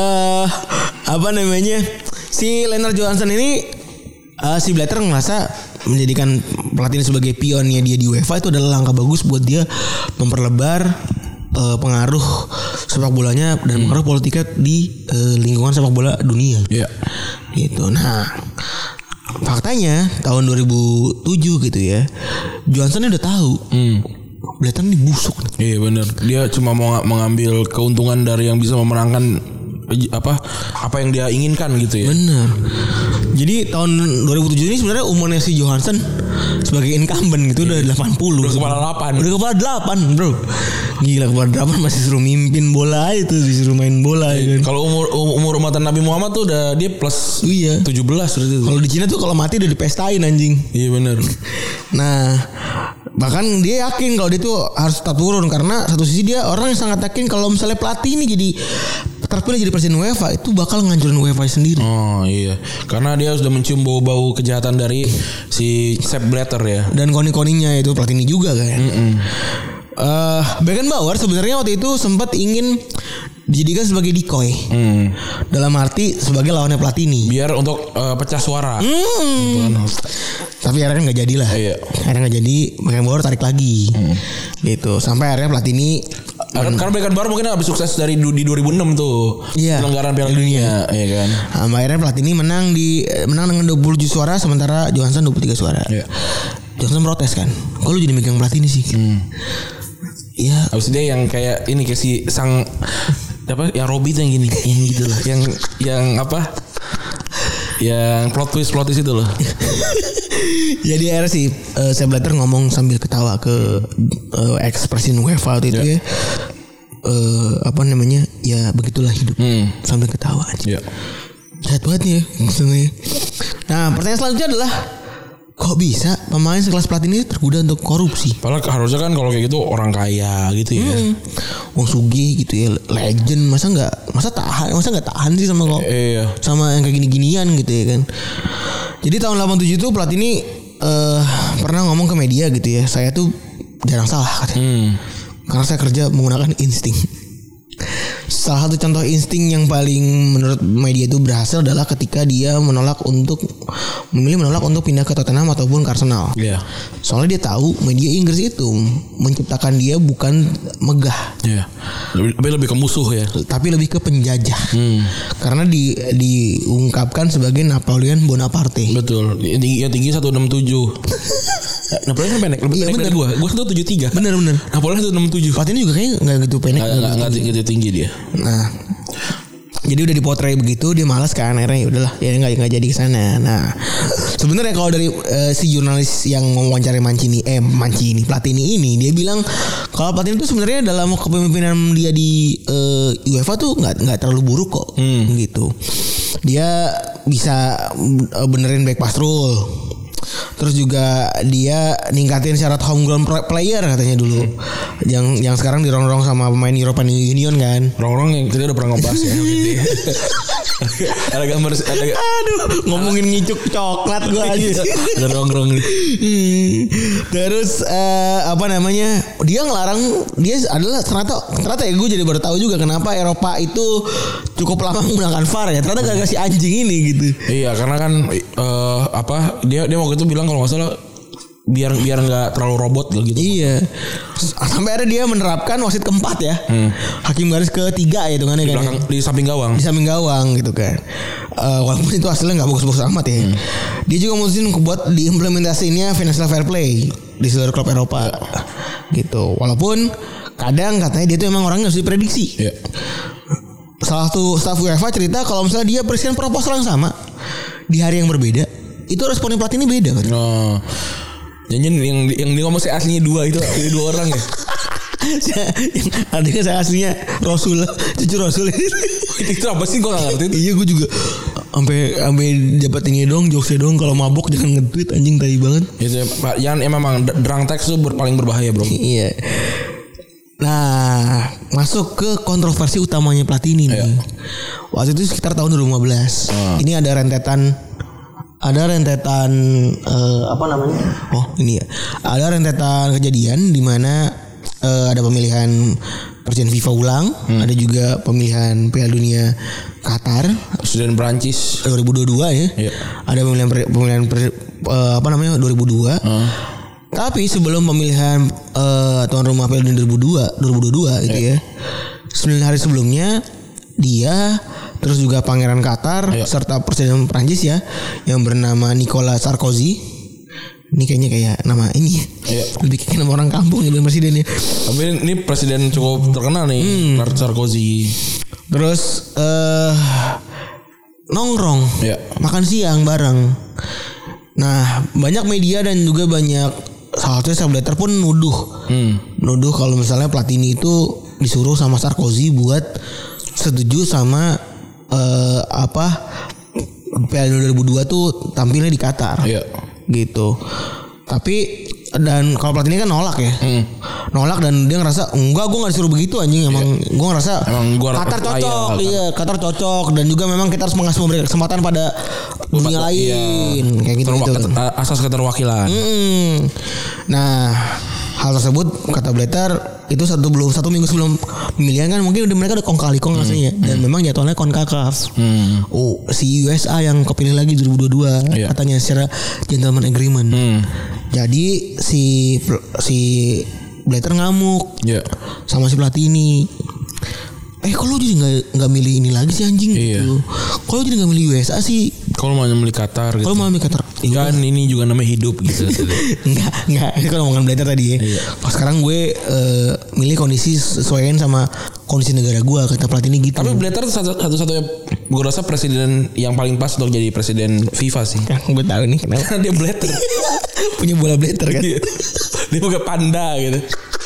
C: apa namanya? Si Lennart Johansson ini si Blatter ngerasa menjadikan Platini sebagai pionnya dia di UEFA itu adalah langkah bagus buat dia memperlebar pengaruh sepak bolanya dan pengaruh politiknya di lingkungan sepak bola dunia. Gitu. Nah, faktanya tahun 2007 gitu ya, Johansson udah tahu. Blatter ini busuk.
B: Iya benar. Dia cuma mau mengambil keuntungan dari yang bisa memenangkan apa yang dia inginkan gitu ya.
C: Benar. Jadi tahun 2007 ini sebenarnya umurnya si Johansson sebagai incumbent gitu udah 80.
B: Udah kepala 8.
C: Udah kepala 8, bro. Gila, kepala 8 masih suruh mimpin bola itu, disuruh main bola ya kan.
B: Kalau umur umatan Nabi Muhammad tuh udah dia plus 17 berarti itu.
C: Kalau di Cina tuh kalau mati udah dipestain anjing.
B: Iya benar.
C: Nah, bahkan dia yakin kalau dia tuh harus tetap turun karena satu sisi dia orang yang sangat yakin kalau misalnya Platini jadi terpilih jadi presiden UEFA itu bakal ngancurin UEFA sendiri. Oh
B: iya, karena dia sudah mencium bau-bau kejahatan dari si Sepp Blatter ya.
C: Dan koni-koninya itu Platini juga kan. Beckenbauer sebenarnya waktu itu sempat ingin dijadikan sebagai decoy. Dalam arti sebagai lawannya Platini.
B: Biar untuk pecah suara.
C: Tapi akhirnya nggak jadi lah. Akhirnya nggak jadi, Beckenbauer tarik lagi. Gitu. Sampai akhirnya Platini
B: karena Beckenbauer mungkin habis sukses dari di 2006 tuh. Penyelenggaraan Piala Dunia, iya kan.
C: Akhirnya Platini menang dengan 27 suara sementara Johansson 23 suara. Johansson protes kan. Kok lu jadi megang Platini sih? Iya.
B: Habis dia yang kayak ini kayak si sang apa yang Robby tuh yang gini, yang gitu lah. Yang apa? Yang plot twist itu loh.
C: Jadi akhirnya sih Sepp Blatter ngomong sambil ketawa ke ex presiden UEFA itu ya. Apa namanya? Ya begitulah hidup. Sambil ketawa aja. Jahat banget ya. Nah, pertanyaan selanjutnya adalah kok bisa pemain sekelas Platini tergoda untuk korupsi?
B: Padahal harusnya kan kalau kayak gitu orang kaya gitu ya.
C: Wong sugih gitu ya, legend, masa nggak tahan sih sama kok. Sama yang kayak gini-ginian gitu ya kan. Jadi tahun 87 itu Platini pernah ngomong ke media gitu ya, saya tuh jarang salah katanya. Karena saya kerja menggunakan insting. Salah satu contoh insting yang paling menurut media itu berhasil adalah ketika dia memilih menolak untuk pindah ke Tottenham ataupun ke Arsenal. Soalnya dia tahu media Inggris itu menciptakan dia bukan megah.
B: Lebih ke musuh ya.
C: Tapi lebih ke penjajah. Karena diungkapkan sebagai Napoleon Bonaparte.
B: Betul. Yang tinggi 167. Napoleon kan pendek, lebih pendek dari gue tuh 73.
C: Bener.
B: Napoleon 167.
C: Platini juga kayaknya nggak gitu pendek.
B: Nggak gitu tinggi dia.
C: Nah, Jadi udah dipotret begitu, dia malas kan, akhirnya ya udahlah, ya nggak jadi kesana. Nah, sebenarnya kalau dari si jurnalis yang mewawancarai Platini ini, dia bilang kalau Platini itu sebenarnya dalam kepemimpinan dia di UEFA tuh nggak terlalu buruk kok, gitu. Dia bisa benerin back pass rule. Terus juga dia ningkatin syarat homegrown player katanya dulu. Yang sekarang dirongrong sama pemain European Union kan.
B: Rongrong yang kita udah pernah ngobrol ya. Ada gambar
C: Ngomongin ngicuk coklat gua aja.
B: Ada rongrong nih.
C: Terus dia ngelarang, dia adalah ternyata ya gue jadi baru tahu juga kenapa Eropa itu cukup lama menggunakan VAR ya. Ternyata gara-gara si anjing ini gitu.
B: Iya, karena kan dia waktu itu bilang kalau nggak salah biar nggak terlalu robot gitu. Iya.
C: Sampai ada dia menerapkan wasit keempat ya. Hakim garis ketiga ya hitungannya kan.
B: Di samping gawang.
C: Di samping gawang gitu kan. Walaupun itu hasilnya nggak bagus-bagus amat ya. Dia juga mutusin buat diimplementasinya financial fair play di seluruh klub Eropa. Gitu. Walaupun kadang katanya dia tuh emang orangnya harus diprediksi.
B: Iya.
C: Salah satu staf UEFA cerita kalau misalnya dia presiden proposal yang sama di hari yang berbeda, itu responnya Platini beda kan.
B: Oh. Jangan yang dia ngomong saya aslinya dua orang ya.
C: Yang adanya saya aslinya Rasul, cucu Rasul.
B: Itu apa sih, gue gak ngerti.
C: Iya gue juga sampai jabat tinggi dong, jokesnya dong, kalau mabok jangan nge-tweet, anjing tai banget.
B: Itu jangan, emang drunk text tuh paling berbahaya bro.
C: Iya. Nah, masuk ke kontroversi utamanya Platini nih. Iya. Waktu itu sekitar tahun 2015. Ini ada rentetan ada rentetan kejadian di mana ada pemilihan presiden FIFA ulang, ada juga pemilihan Piala Dunia Qatar,
B: presiden Prancis
C: 2022 ya. Iya. Ada pemilihan 2002. Tapi sebelum pemilihan tuan rumah Piala Dunia 2022 gitu ya. 9 hari sebelumnya dia, terus juga Pangeran Qatar serta Presiden Prancis ya yang bernama Nicolas Sarkozy. Ini kayaknya kayak nama ini. Lebih kayak nama orang kampung ya presiden ya.
B: Tapi ini presiden cukup terkenal nih, Sarkozy.
C: Terus nongkrong, makan siang bareng. Nah, banyak media dan juga banyak salah satu subletter pun nuduh kalau misalnya Platini itu disuruh sama Sarkozy buat setuju sama Piala Dunia 2002 tuh tampilnya di Qatar. Gitu. Tapi dan kalau Platini kan nolak ya. Nolak dan dia ngerasa enggak, gue gak disuruh begitu anjing. Emang gue ngerasa Qatar cocok. Iya, Qatar cocok. Dan juga memang kita harus memberi kesempatan pada dunia lain. Kayak gitu.
B: Asas keterwakilan.
C: Nah, hal tersebut kata Blatter itu satu minggu sebelum pemilihan kan mungkin mereka udah kong-kali-kong rasanya. Dan memang jadwalnya CONCACAF. Si USA yang kepilih lagi 2022 katanya secara gentleman agreement. Jadi si Blatter ngamuk sama si Platini. Kok lo jadi nggak milih ini lagi sih anjing? Gitu. Kalau jadi nggak milih USA sih?
B: Kalau mau milih Qatar gitu.
C: Kalau mau milih Qatar.
B: Kan ini juga namanya hidup gitu.
C: Enggak. Itu kan omongan Blatter tadi ya. Pas sekarang gue milih kondisi sesuaiin sama kondisi negara gue, kata Platini gitu.
B: Tapi Blatter satu-satunya gue rasa presiden yang paling pas untuk jadi presiden FIFA sih.
C: Gue tahu nih kenapa.
B: Karena dia Blatter.
C: Punya bola Blatter kan.
B: Dia pakai panda gitu.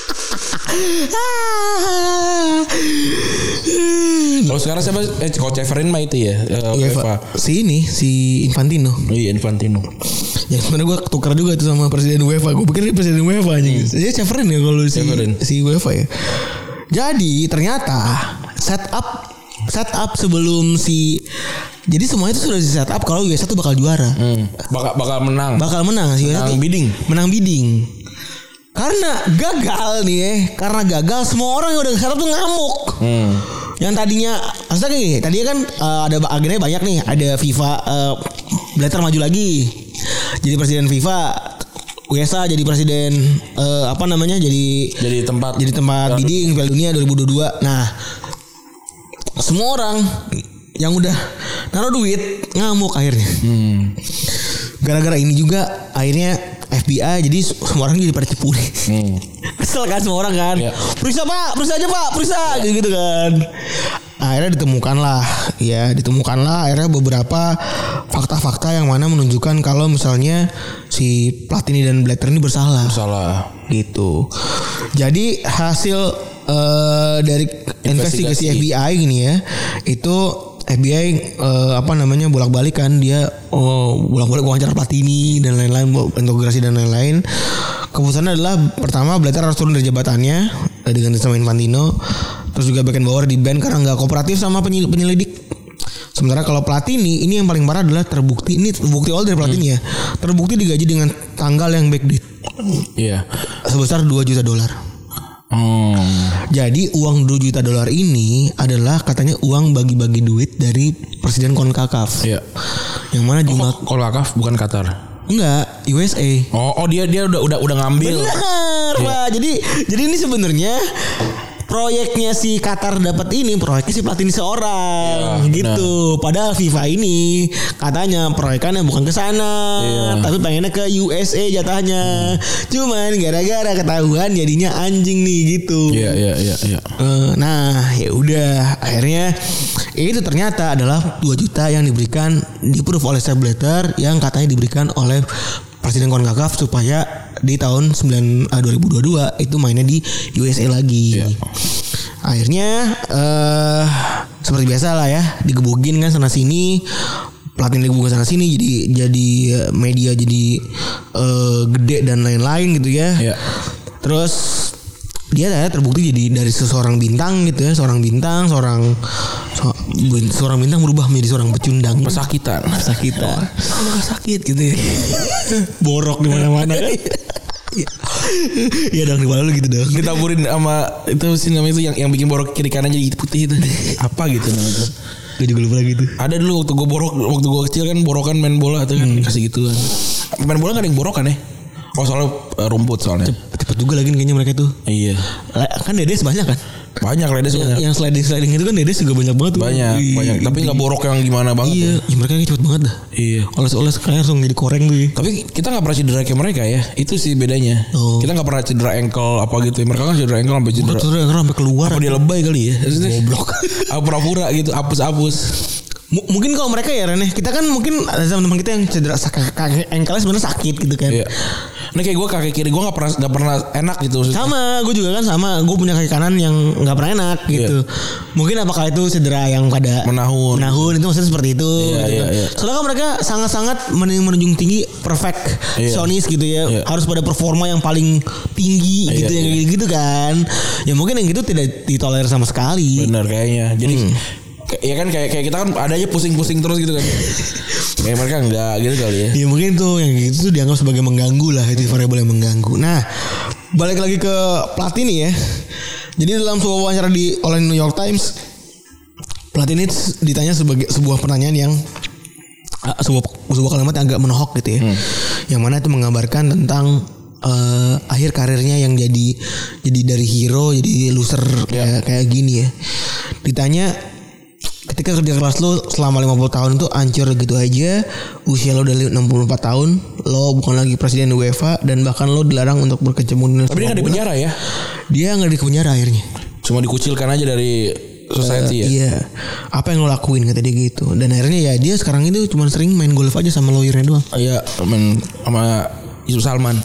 B: Kalau sekarang siapa? Coach Everin mah itu ya. UEFA.
C: Si Infantino.
B: Iya, Infantino.
C: Ya sebenarnya gue tukar juga tuh sama presiden UEFA. Gue pikir dia presiden UEFA aja. Dia Severin ya kalau si UEFA ya. Jadi ternyata setup sebelum jadi semuanya itu sudah di setup kalau USA tuh bakal juara.
B: Bakal menang.
C: Si USA tuh menang bidding. Karena gagal semua orang yang udah setup tuh ngamuk. Yang tadinya maksudnya gini, tadinya kan ada agennya banyak nih, ada FIFA Blatter maju lagi jadi presiden FIFA, USA jadi presiden jadi tempat bidding Piala Dunia 2022. Nah, semua orang yang udah naruh duit ngamuk akhirnya. Gara-gara ini juga akhirnya FBI jadi semua orang jadi pada cepu nih. Kesel kan semua orang kan. Periksa pak, periksa aja pak, periksa gitu kan. akhirnya ditemukanlah akhirnya beberapa fakta-fakta yang mana menunjukkan kalau misalnya si Platini dan Blatter ini bersalah gitu. Jadi hasil dari investigasi FBI gini ya, itu FBI bolak-balik kan dia bolak-balik wawancara Platini dan lain-lain, integrasi dan lain-lain. Keputusannya adalah pertama Blatter harus turun dari jabatannya dengan sama Infantino. Terus juga Beckenbauer di ban karena nggak kooperatif sama penyelidik. Sementara kalau Platini ini yang paling parah adalah terbukti awal dari Platini ya, terbukti digaji dengan tanggal yang backdate. Iya. Sebesar $2 juta. Jadi uang $2 juta ini adalah katanya uang bagi-bagi duit dari Presiden CONCACAF. Iya. Yang mana jumlah
B: CONCACAF bukan Qatar.
C: Enggak, USA.
B: Oh dia udah ngambil.
C: Benar, Pak. Jadi ini sebenarnya proyeknya si Qatar dapat ini, proyeknya si Platini seorang gitu. Padahal FIFA ini katanya proyekannya bukan ke sana, tapi pengennya ke USA jatahnya. Cuman gara-gara ketahuan jadinya anjing nih gitu. Iya. Nah, ya udah akhirnya itu ternyata adalah 2 juta yang diberikan di-approve oleh Sepp Blatter yang katanya diberikan oleh Presiden CONCACAF supaya di tahun 2022 itu mainnya di USA lagi. Akhirnya seperti biasa lah ya, digebukin kan sana sini, Platini digebukin sana sini, jadi media jadi gede dan lain-lain gitu ya. Terus dia terbukti jadi dari seorang bintang gitu ya, seorang bintang berubah menjadi seorang pecundang,
B: pesakitan.
C: Sakit gitu ya. Borok di mana-mana kan. Iya dong, di mana lu gitu dong.
B: Ditaburin sama itu sih namanya itu yang bikin borok kiri kanan jadi putih itu. Apa gitu namanya?
C: Gue juga lupa gitu.
B: Ada dulu waktu gue kecil kan borokan main bola tuh kan kasih gituan. Main bola kan ada yang borokan ya. Oh soalnya rumput soalnya.
C: Cepet juga lagi kayaknya mereka tuh.
B: Iya.
C: Kan Dedes banyak kan?
B: Banyak Dedes banyak.
C: Yang sliding itu kan Dedes juga banyak banget.
B: Banyak. Tapi nggak borok yang gimana banget.
C: Iya. Ya mereka cepet banget dah.
B: Iya.
C: Oles kayak langsung jadi koreng tuh.
B: Tapi kita nggak pernah cedera kayak mereka ya. Itu sih bedanya. Kita nggak pernah cedera ankle apa gitu. Mereka kan cedera ankle sampai cedera.
C: Sampai keluar.
B: Apa dia lebay kali ya?
C: Goblok.
B: Pura-pura gitu. Hapus.
C: Mungkin kalau mereka ya Rene, kita kan mungkin ada teman-teman kita yang cedera ankle sebenarnya sakit gitu kan. Iya.
B: Nah kayak gue kaki kiri gue nggak pernah enak gitu.
C: Sama, gue juga kan sama. Gue punya kaki kanan yang nggak pernah enak gitu. Mungkin apakah itu cedera yang pada menahun itu maksudnya seperti itu. Iya. Soalnya kan mereka sangat-sangat menunjung tinggi perfectionist gitu ya. Harus pada performa yang paling tinggi gitu yang gitu kan. Ya mungkin yang gitu tidak ditolerir sama sekali.
B: Benar kayaknya. Jadi ya kan kayak kita kan ada aja pusing-pusing terus gitu kan. Kayak mereka enggak gitu kali ya.
C: Ya mungkin tuh yang gitu tuh dianggap sebagai mengganggu lah, itu variabel yang mengganggu. Nah, balik lagi ke Platini ya. Jadi dalam sebuah wawancara oleh New York Times, Platini ditanya sebagai sebuah pertanyaan yang sebuah kalimat yang agak menohok gitu ya. Yang mana itu menggambarkan tentang akhir karirnya yang jadi dari hero jadi loser kayak gini ya. Ditanya, ketika kerja keras lo selama 50 tahun itu hancur gitu aja, usia lo udah 64 tahun, lo bukan lagi presiden UEFA dan bahkan lo dilarang untuk berkecimpung.
B: Tapi dia nggak di penjara ya?
C: Dia nggak di penjara akhirnya.
B: Cuma dikucilkan aja dari society ya.
C: Iya. Apa yang lo lakuin kata dia gitu. Dan akhirnya ya dia sekarang itu cuma sering main golf aja sama lawyernya doang.
B: Iya, main sama Yusuf Salman.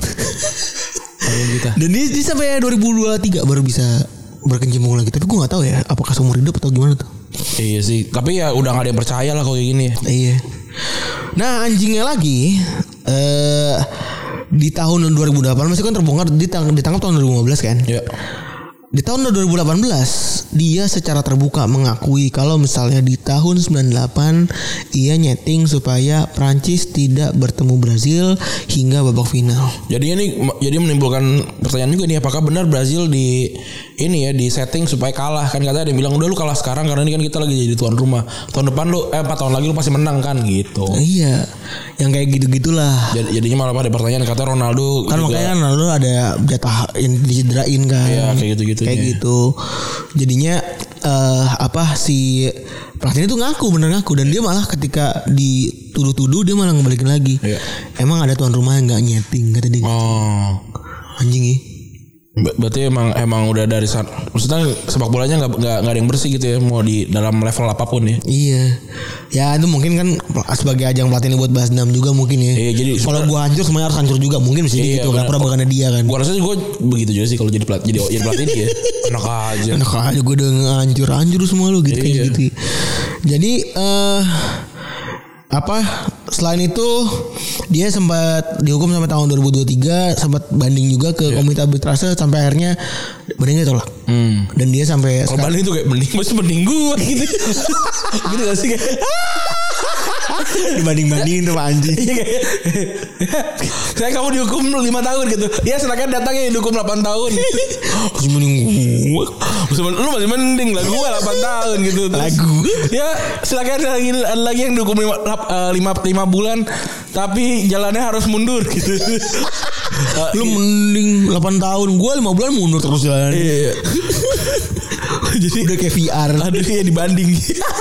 C: Dan dia sampai 2023 baru bisa berkecimpung lagi. Tapi gue nggak tahu ya apakah seumur hidup atau gimana tuh.
B: Iya sih, tapi ya udah gak ada yang percaya lah kalau kayak gini ya.
C: Iya. Nah anjingnya lagi di tahun 2008 masih kan terbongkar, ditangkap tahun 2015 kan. Iya. Di tahun 2018 dia secara terbuka mengakui kalau misalnya di tahun 98 ia nyeting supaya Prancis tidak bertemu Brazil hingga babak final.
B: Jadi menimbulkan pertanyaan juga nih, apakah benar Brazil di setting supaya kalah? Kan katanya dia bilang udah lu kalah sekarang karena ini kan kita lagi jadi tuan rumah. Tahun depan 4 tahun lagi lu pasti menang kan gitu.
C: Iya. Yang kayak gitu-gitulah.
B: Jadinya malah pada pertanyaan kata Ronaldo
C: kan juga, makanya Ronaldo ada jatah yang dicederain kan.
B: Iya kayak gitu-gitu.
C: Kayak gitu. Jadinya si Platini tuh bener ngaku dan dia malah ketika dituduh-tuduh dia malah ngebalikin lagi. Iya. Emang ada tuan rumah yang nggak nyeting kata dia.
B: Oh.
C: Anjing ya.
B: Berarti emang udah dari sana. Maksudnya sepak bolanya nggak ada yang bersih gitu ya, mau di dalam level apapun ya.
C: Iya. Ya itu mungkin kan sebagai ajang pelatih buat balas dendam juga mungkin ya.
B: Iya, jadi
C: kalau gua hancur semuanya harus hancur juga mungkin bisa gitu kan. Pernah bukannya dia kan.
B: Gua rasa gue begitu juga sih kalau jadi pelatih dia. Enak aja
C: gue udah hancur semua lu gitu kayak gitu. Jadi selain itu dia sempat dihukum sampai tahun 2023, sempat banding juga ke komite arbitrase sampai akhirnya bandingnya tolak. Dan dia sampai
B: kalau banding itu kayak mending gue gitu. Gitu gak sih kayak
C: dibanding-bandingin tuh Pak Anji.
B: Saya kamu dihukum 5 tahun gitu. Ya silakan datangnya dihukum 8 tahun.
C: Masih mending gue.
B: Lu masih mending lah gue 8 tahun gitu.
C: Lagu.
B: Ya silakan ada lagi yang dihukum 5 bulan tapi jalannya harus mundur gitu.
C: Lu mending 8 tahun, gue 5 bulan mundur terus jalan.
B: Iya. Jadi
C: udah kayak VR.
B: Aduh ya dibanding.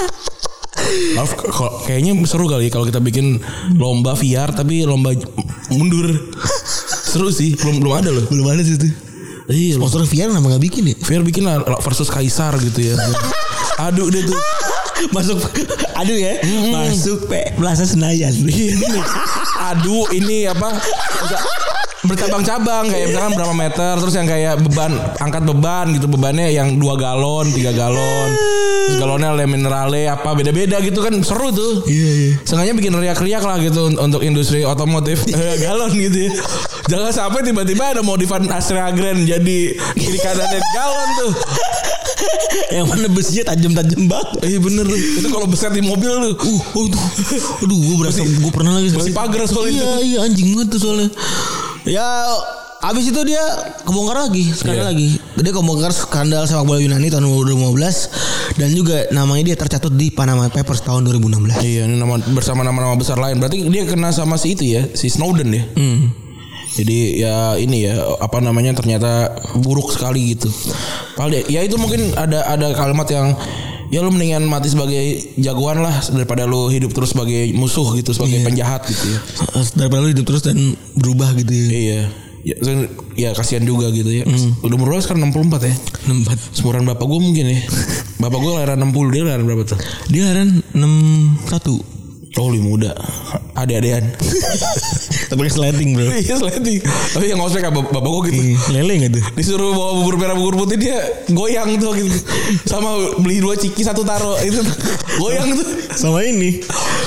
B: Kayaknya seru kali kalau kita bikin lomba VR tapi lomba mundur. Seru sih. Belum ada loh.
C: Belum ada sih itu.
B: Iya.
C: Sponsor VR nama gak bikin ya?
B: VR bikin lah versus Kaisar gitu ya. Aduh deh tuh.
C: Masuk aduh ya. Masuk Plaza Senayan.
B: Aduh ini apa? Bercabang-cabang kayak misalkan berapa meter, terus yang kayak angkat beban gitu, bebannya yang 2 galon 3 galon, terus galonnya le minerale apa beda-beda gitu kan, seru tuh.
C: Iya.
B: Sengaja bikin riak-riak lah gitu untuk industri otomotif galon gitu ya. Jangan sampai tiba-tiba ada modifan Astra Grand jadi kiri kanannya galon tuh.
C: Yang mana besinya tajam-tajam banget.
B: Iya bener. Itu kalau besar di mobil tuh.
C: Aduh gue berasa gue pernah lagi.
B: Masih pagar soalnya.
C: Iya anjing banget tuh soalnya. Ya abis itu dia kebongkar lagi sekali lagi. Dia kebongkar skandal sepak bola Yunani tahun 2015 dan juga namanya dia tercatut di Panama Papers tahun 2016.
B: Iya, ini bersama nama-nama besar lain. Berarti dia kena sama si itu ya, si Snowden ya. Jadi ya ini ya apa namanya ternyata buruk sekali gitu. Padahal ya itu mungkin ada kalimat yang ya lu mendingan mati sebagai jagoan lah daripada lu hidup terus sebagai musuh gitu, sebagai penjahat gitu ya.
C: Daripada lu hidup terus dan berubah gitu ya.
B: Iya. Ya kasihan juga gitu ya. Udah umur berapa sekarang 64 ya?
C: 64.
B: Seumuran bapak gue mungkin ya. Bapak gue lahiran 60, dia lahiran berapa tuh?
C: Dia lahiran 61.
B: Oh lebih muda. Ade-adean.
C: Tapi sleting bro.
B: Iya sleting. Tapi yang ngospek bapak gue gitu.
C: Lele gak tuh?
B: Disuruh bawa bubur merah bubur putih dia goyang tuh gitu. Sama beli 2 ciki 1 taro itu goyang tuh.
C: Sama ini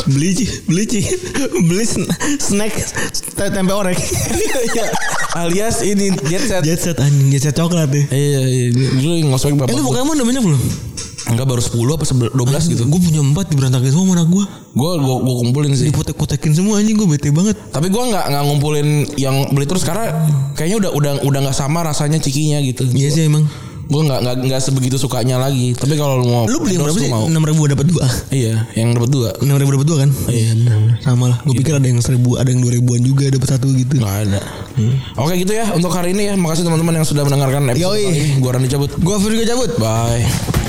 C: beli snack tempe orek.
B: Alias ini jet set
C: anjing, jet set coklat ya.
B: Iya. Dulu yang ngospek bapak.
C: Lu Pokemon udah banyak belum?
B: Enggak, baru 10 apa 12 gitu.
C: Gue punya 4 diberantakin semua anak gue.
B: Gue kumpulin sih.
C: Dipotek-potekin semua anjing, gue bete banget.
B: Tapi gue nggak ngumpulin yang beli terus karena kayaknya udah nggak sama rasanya cikinya gitu.
C: Iya sih emang.
B: Gue nggak sebegitu sukanya lagi. Tapi kalau
C: lu beli yang berapa sih? 6.000 dapat 2.
B: Iya, yang dapat 2.
C: 6.000 dapat 2 kan? Iya, sama lah. Gue pikir ada yang 1.000, ada yang 2.000-an juga dapat 1 gitu.
B: Nggak ada. Oke gitu ya untuk hari ini ya. Makasih teman-teman yang sudah mendengarkan episode ini. Gue Randy cabut.
C: Gue Firgo cabut.
B: Bye.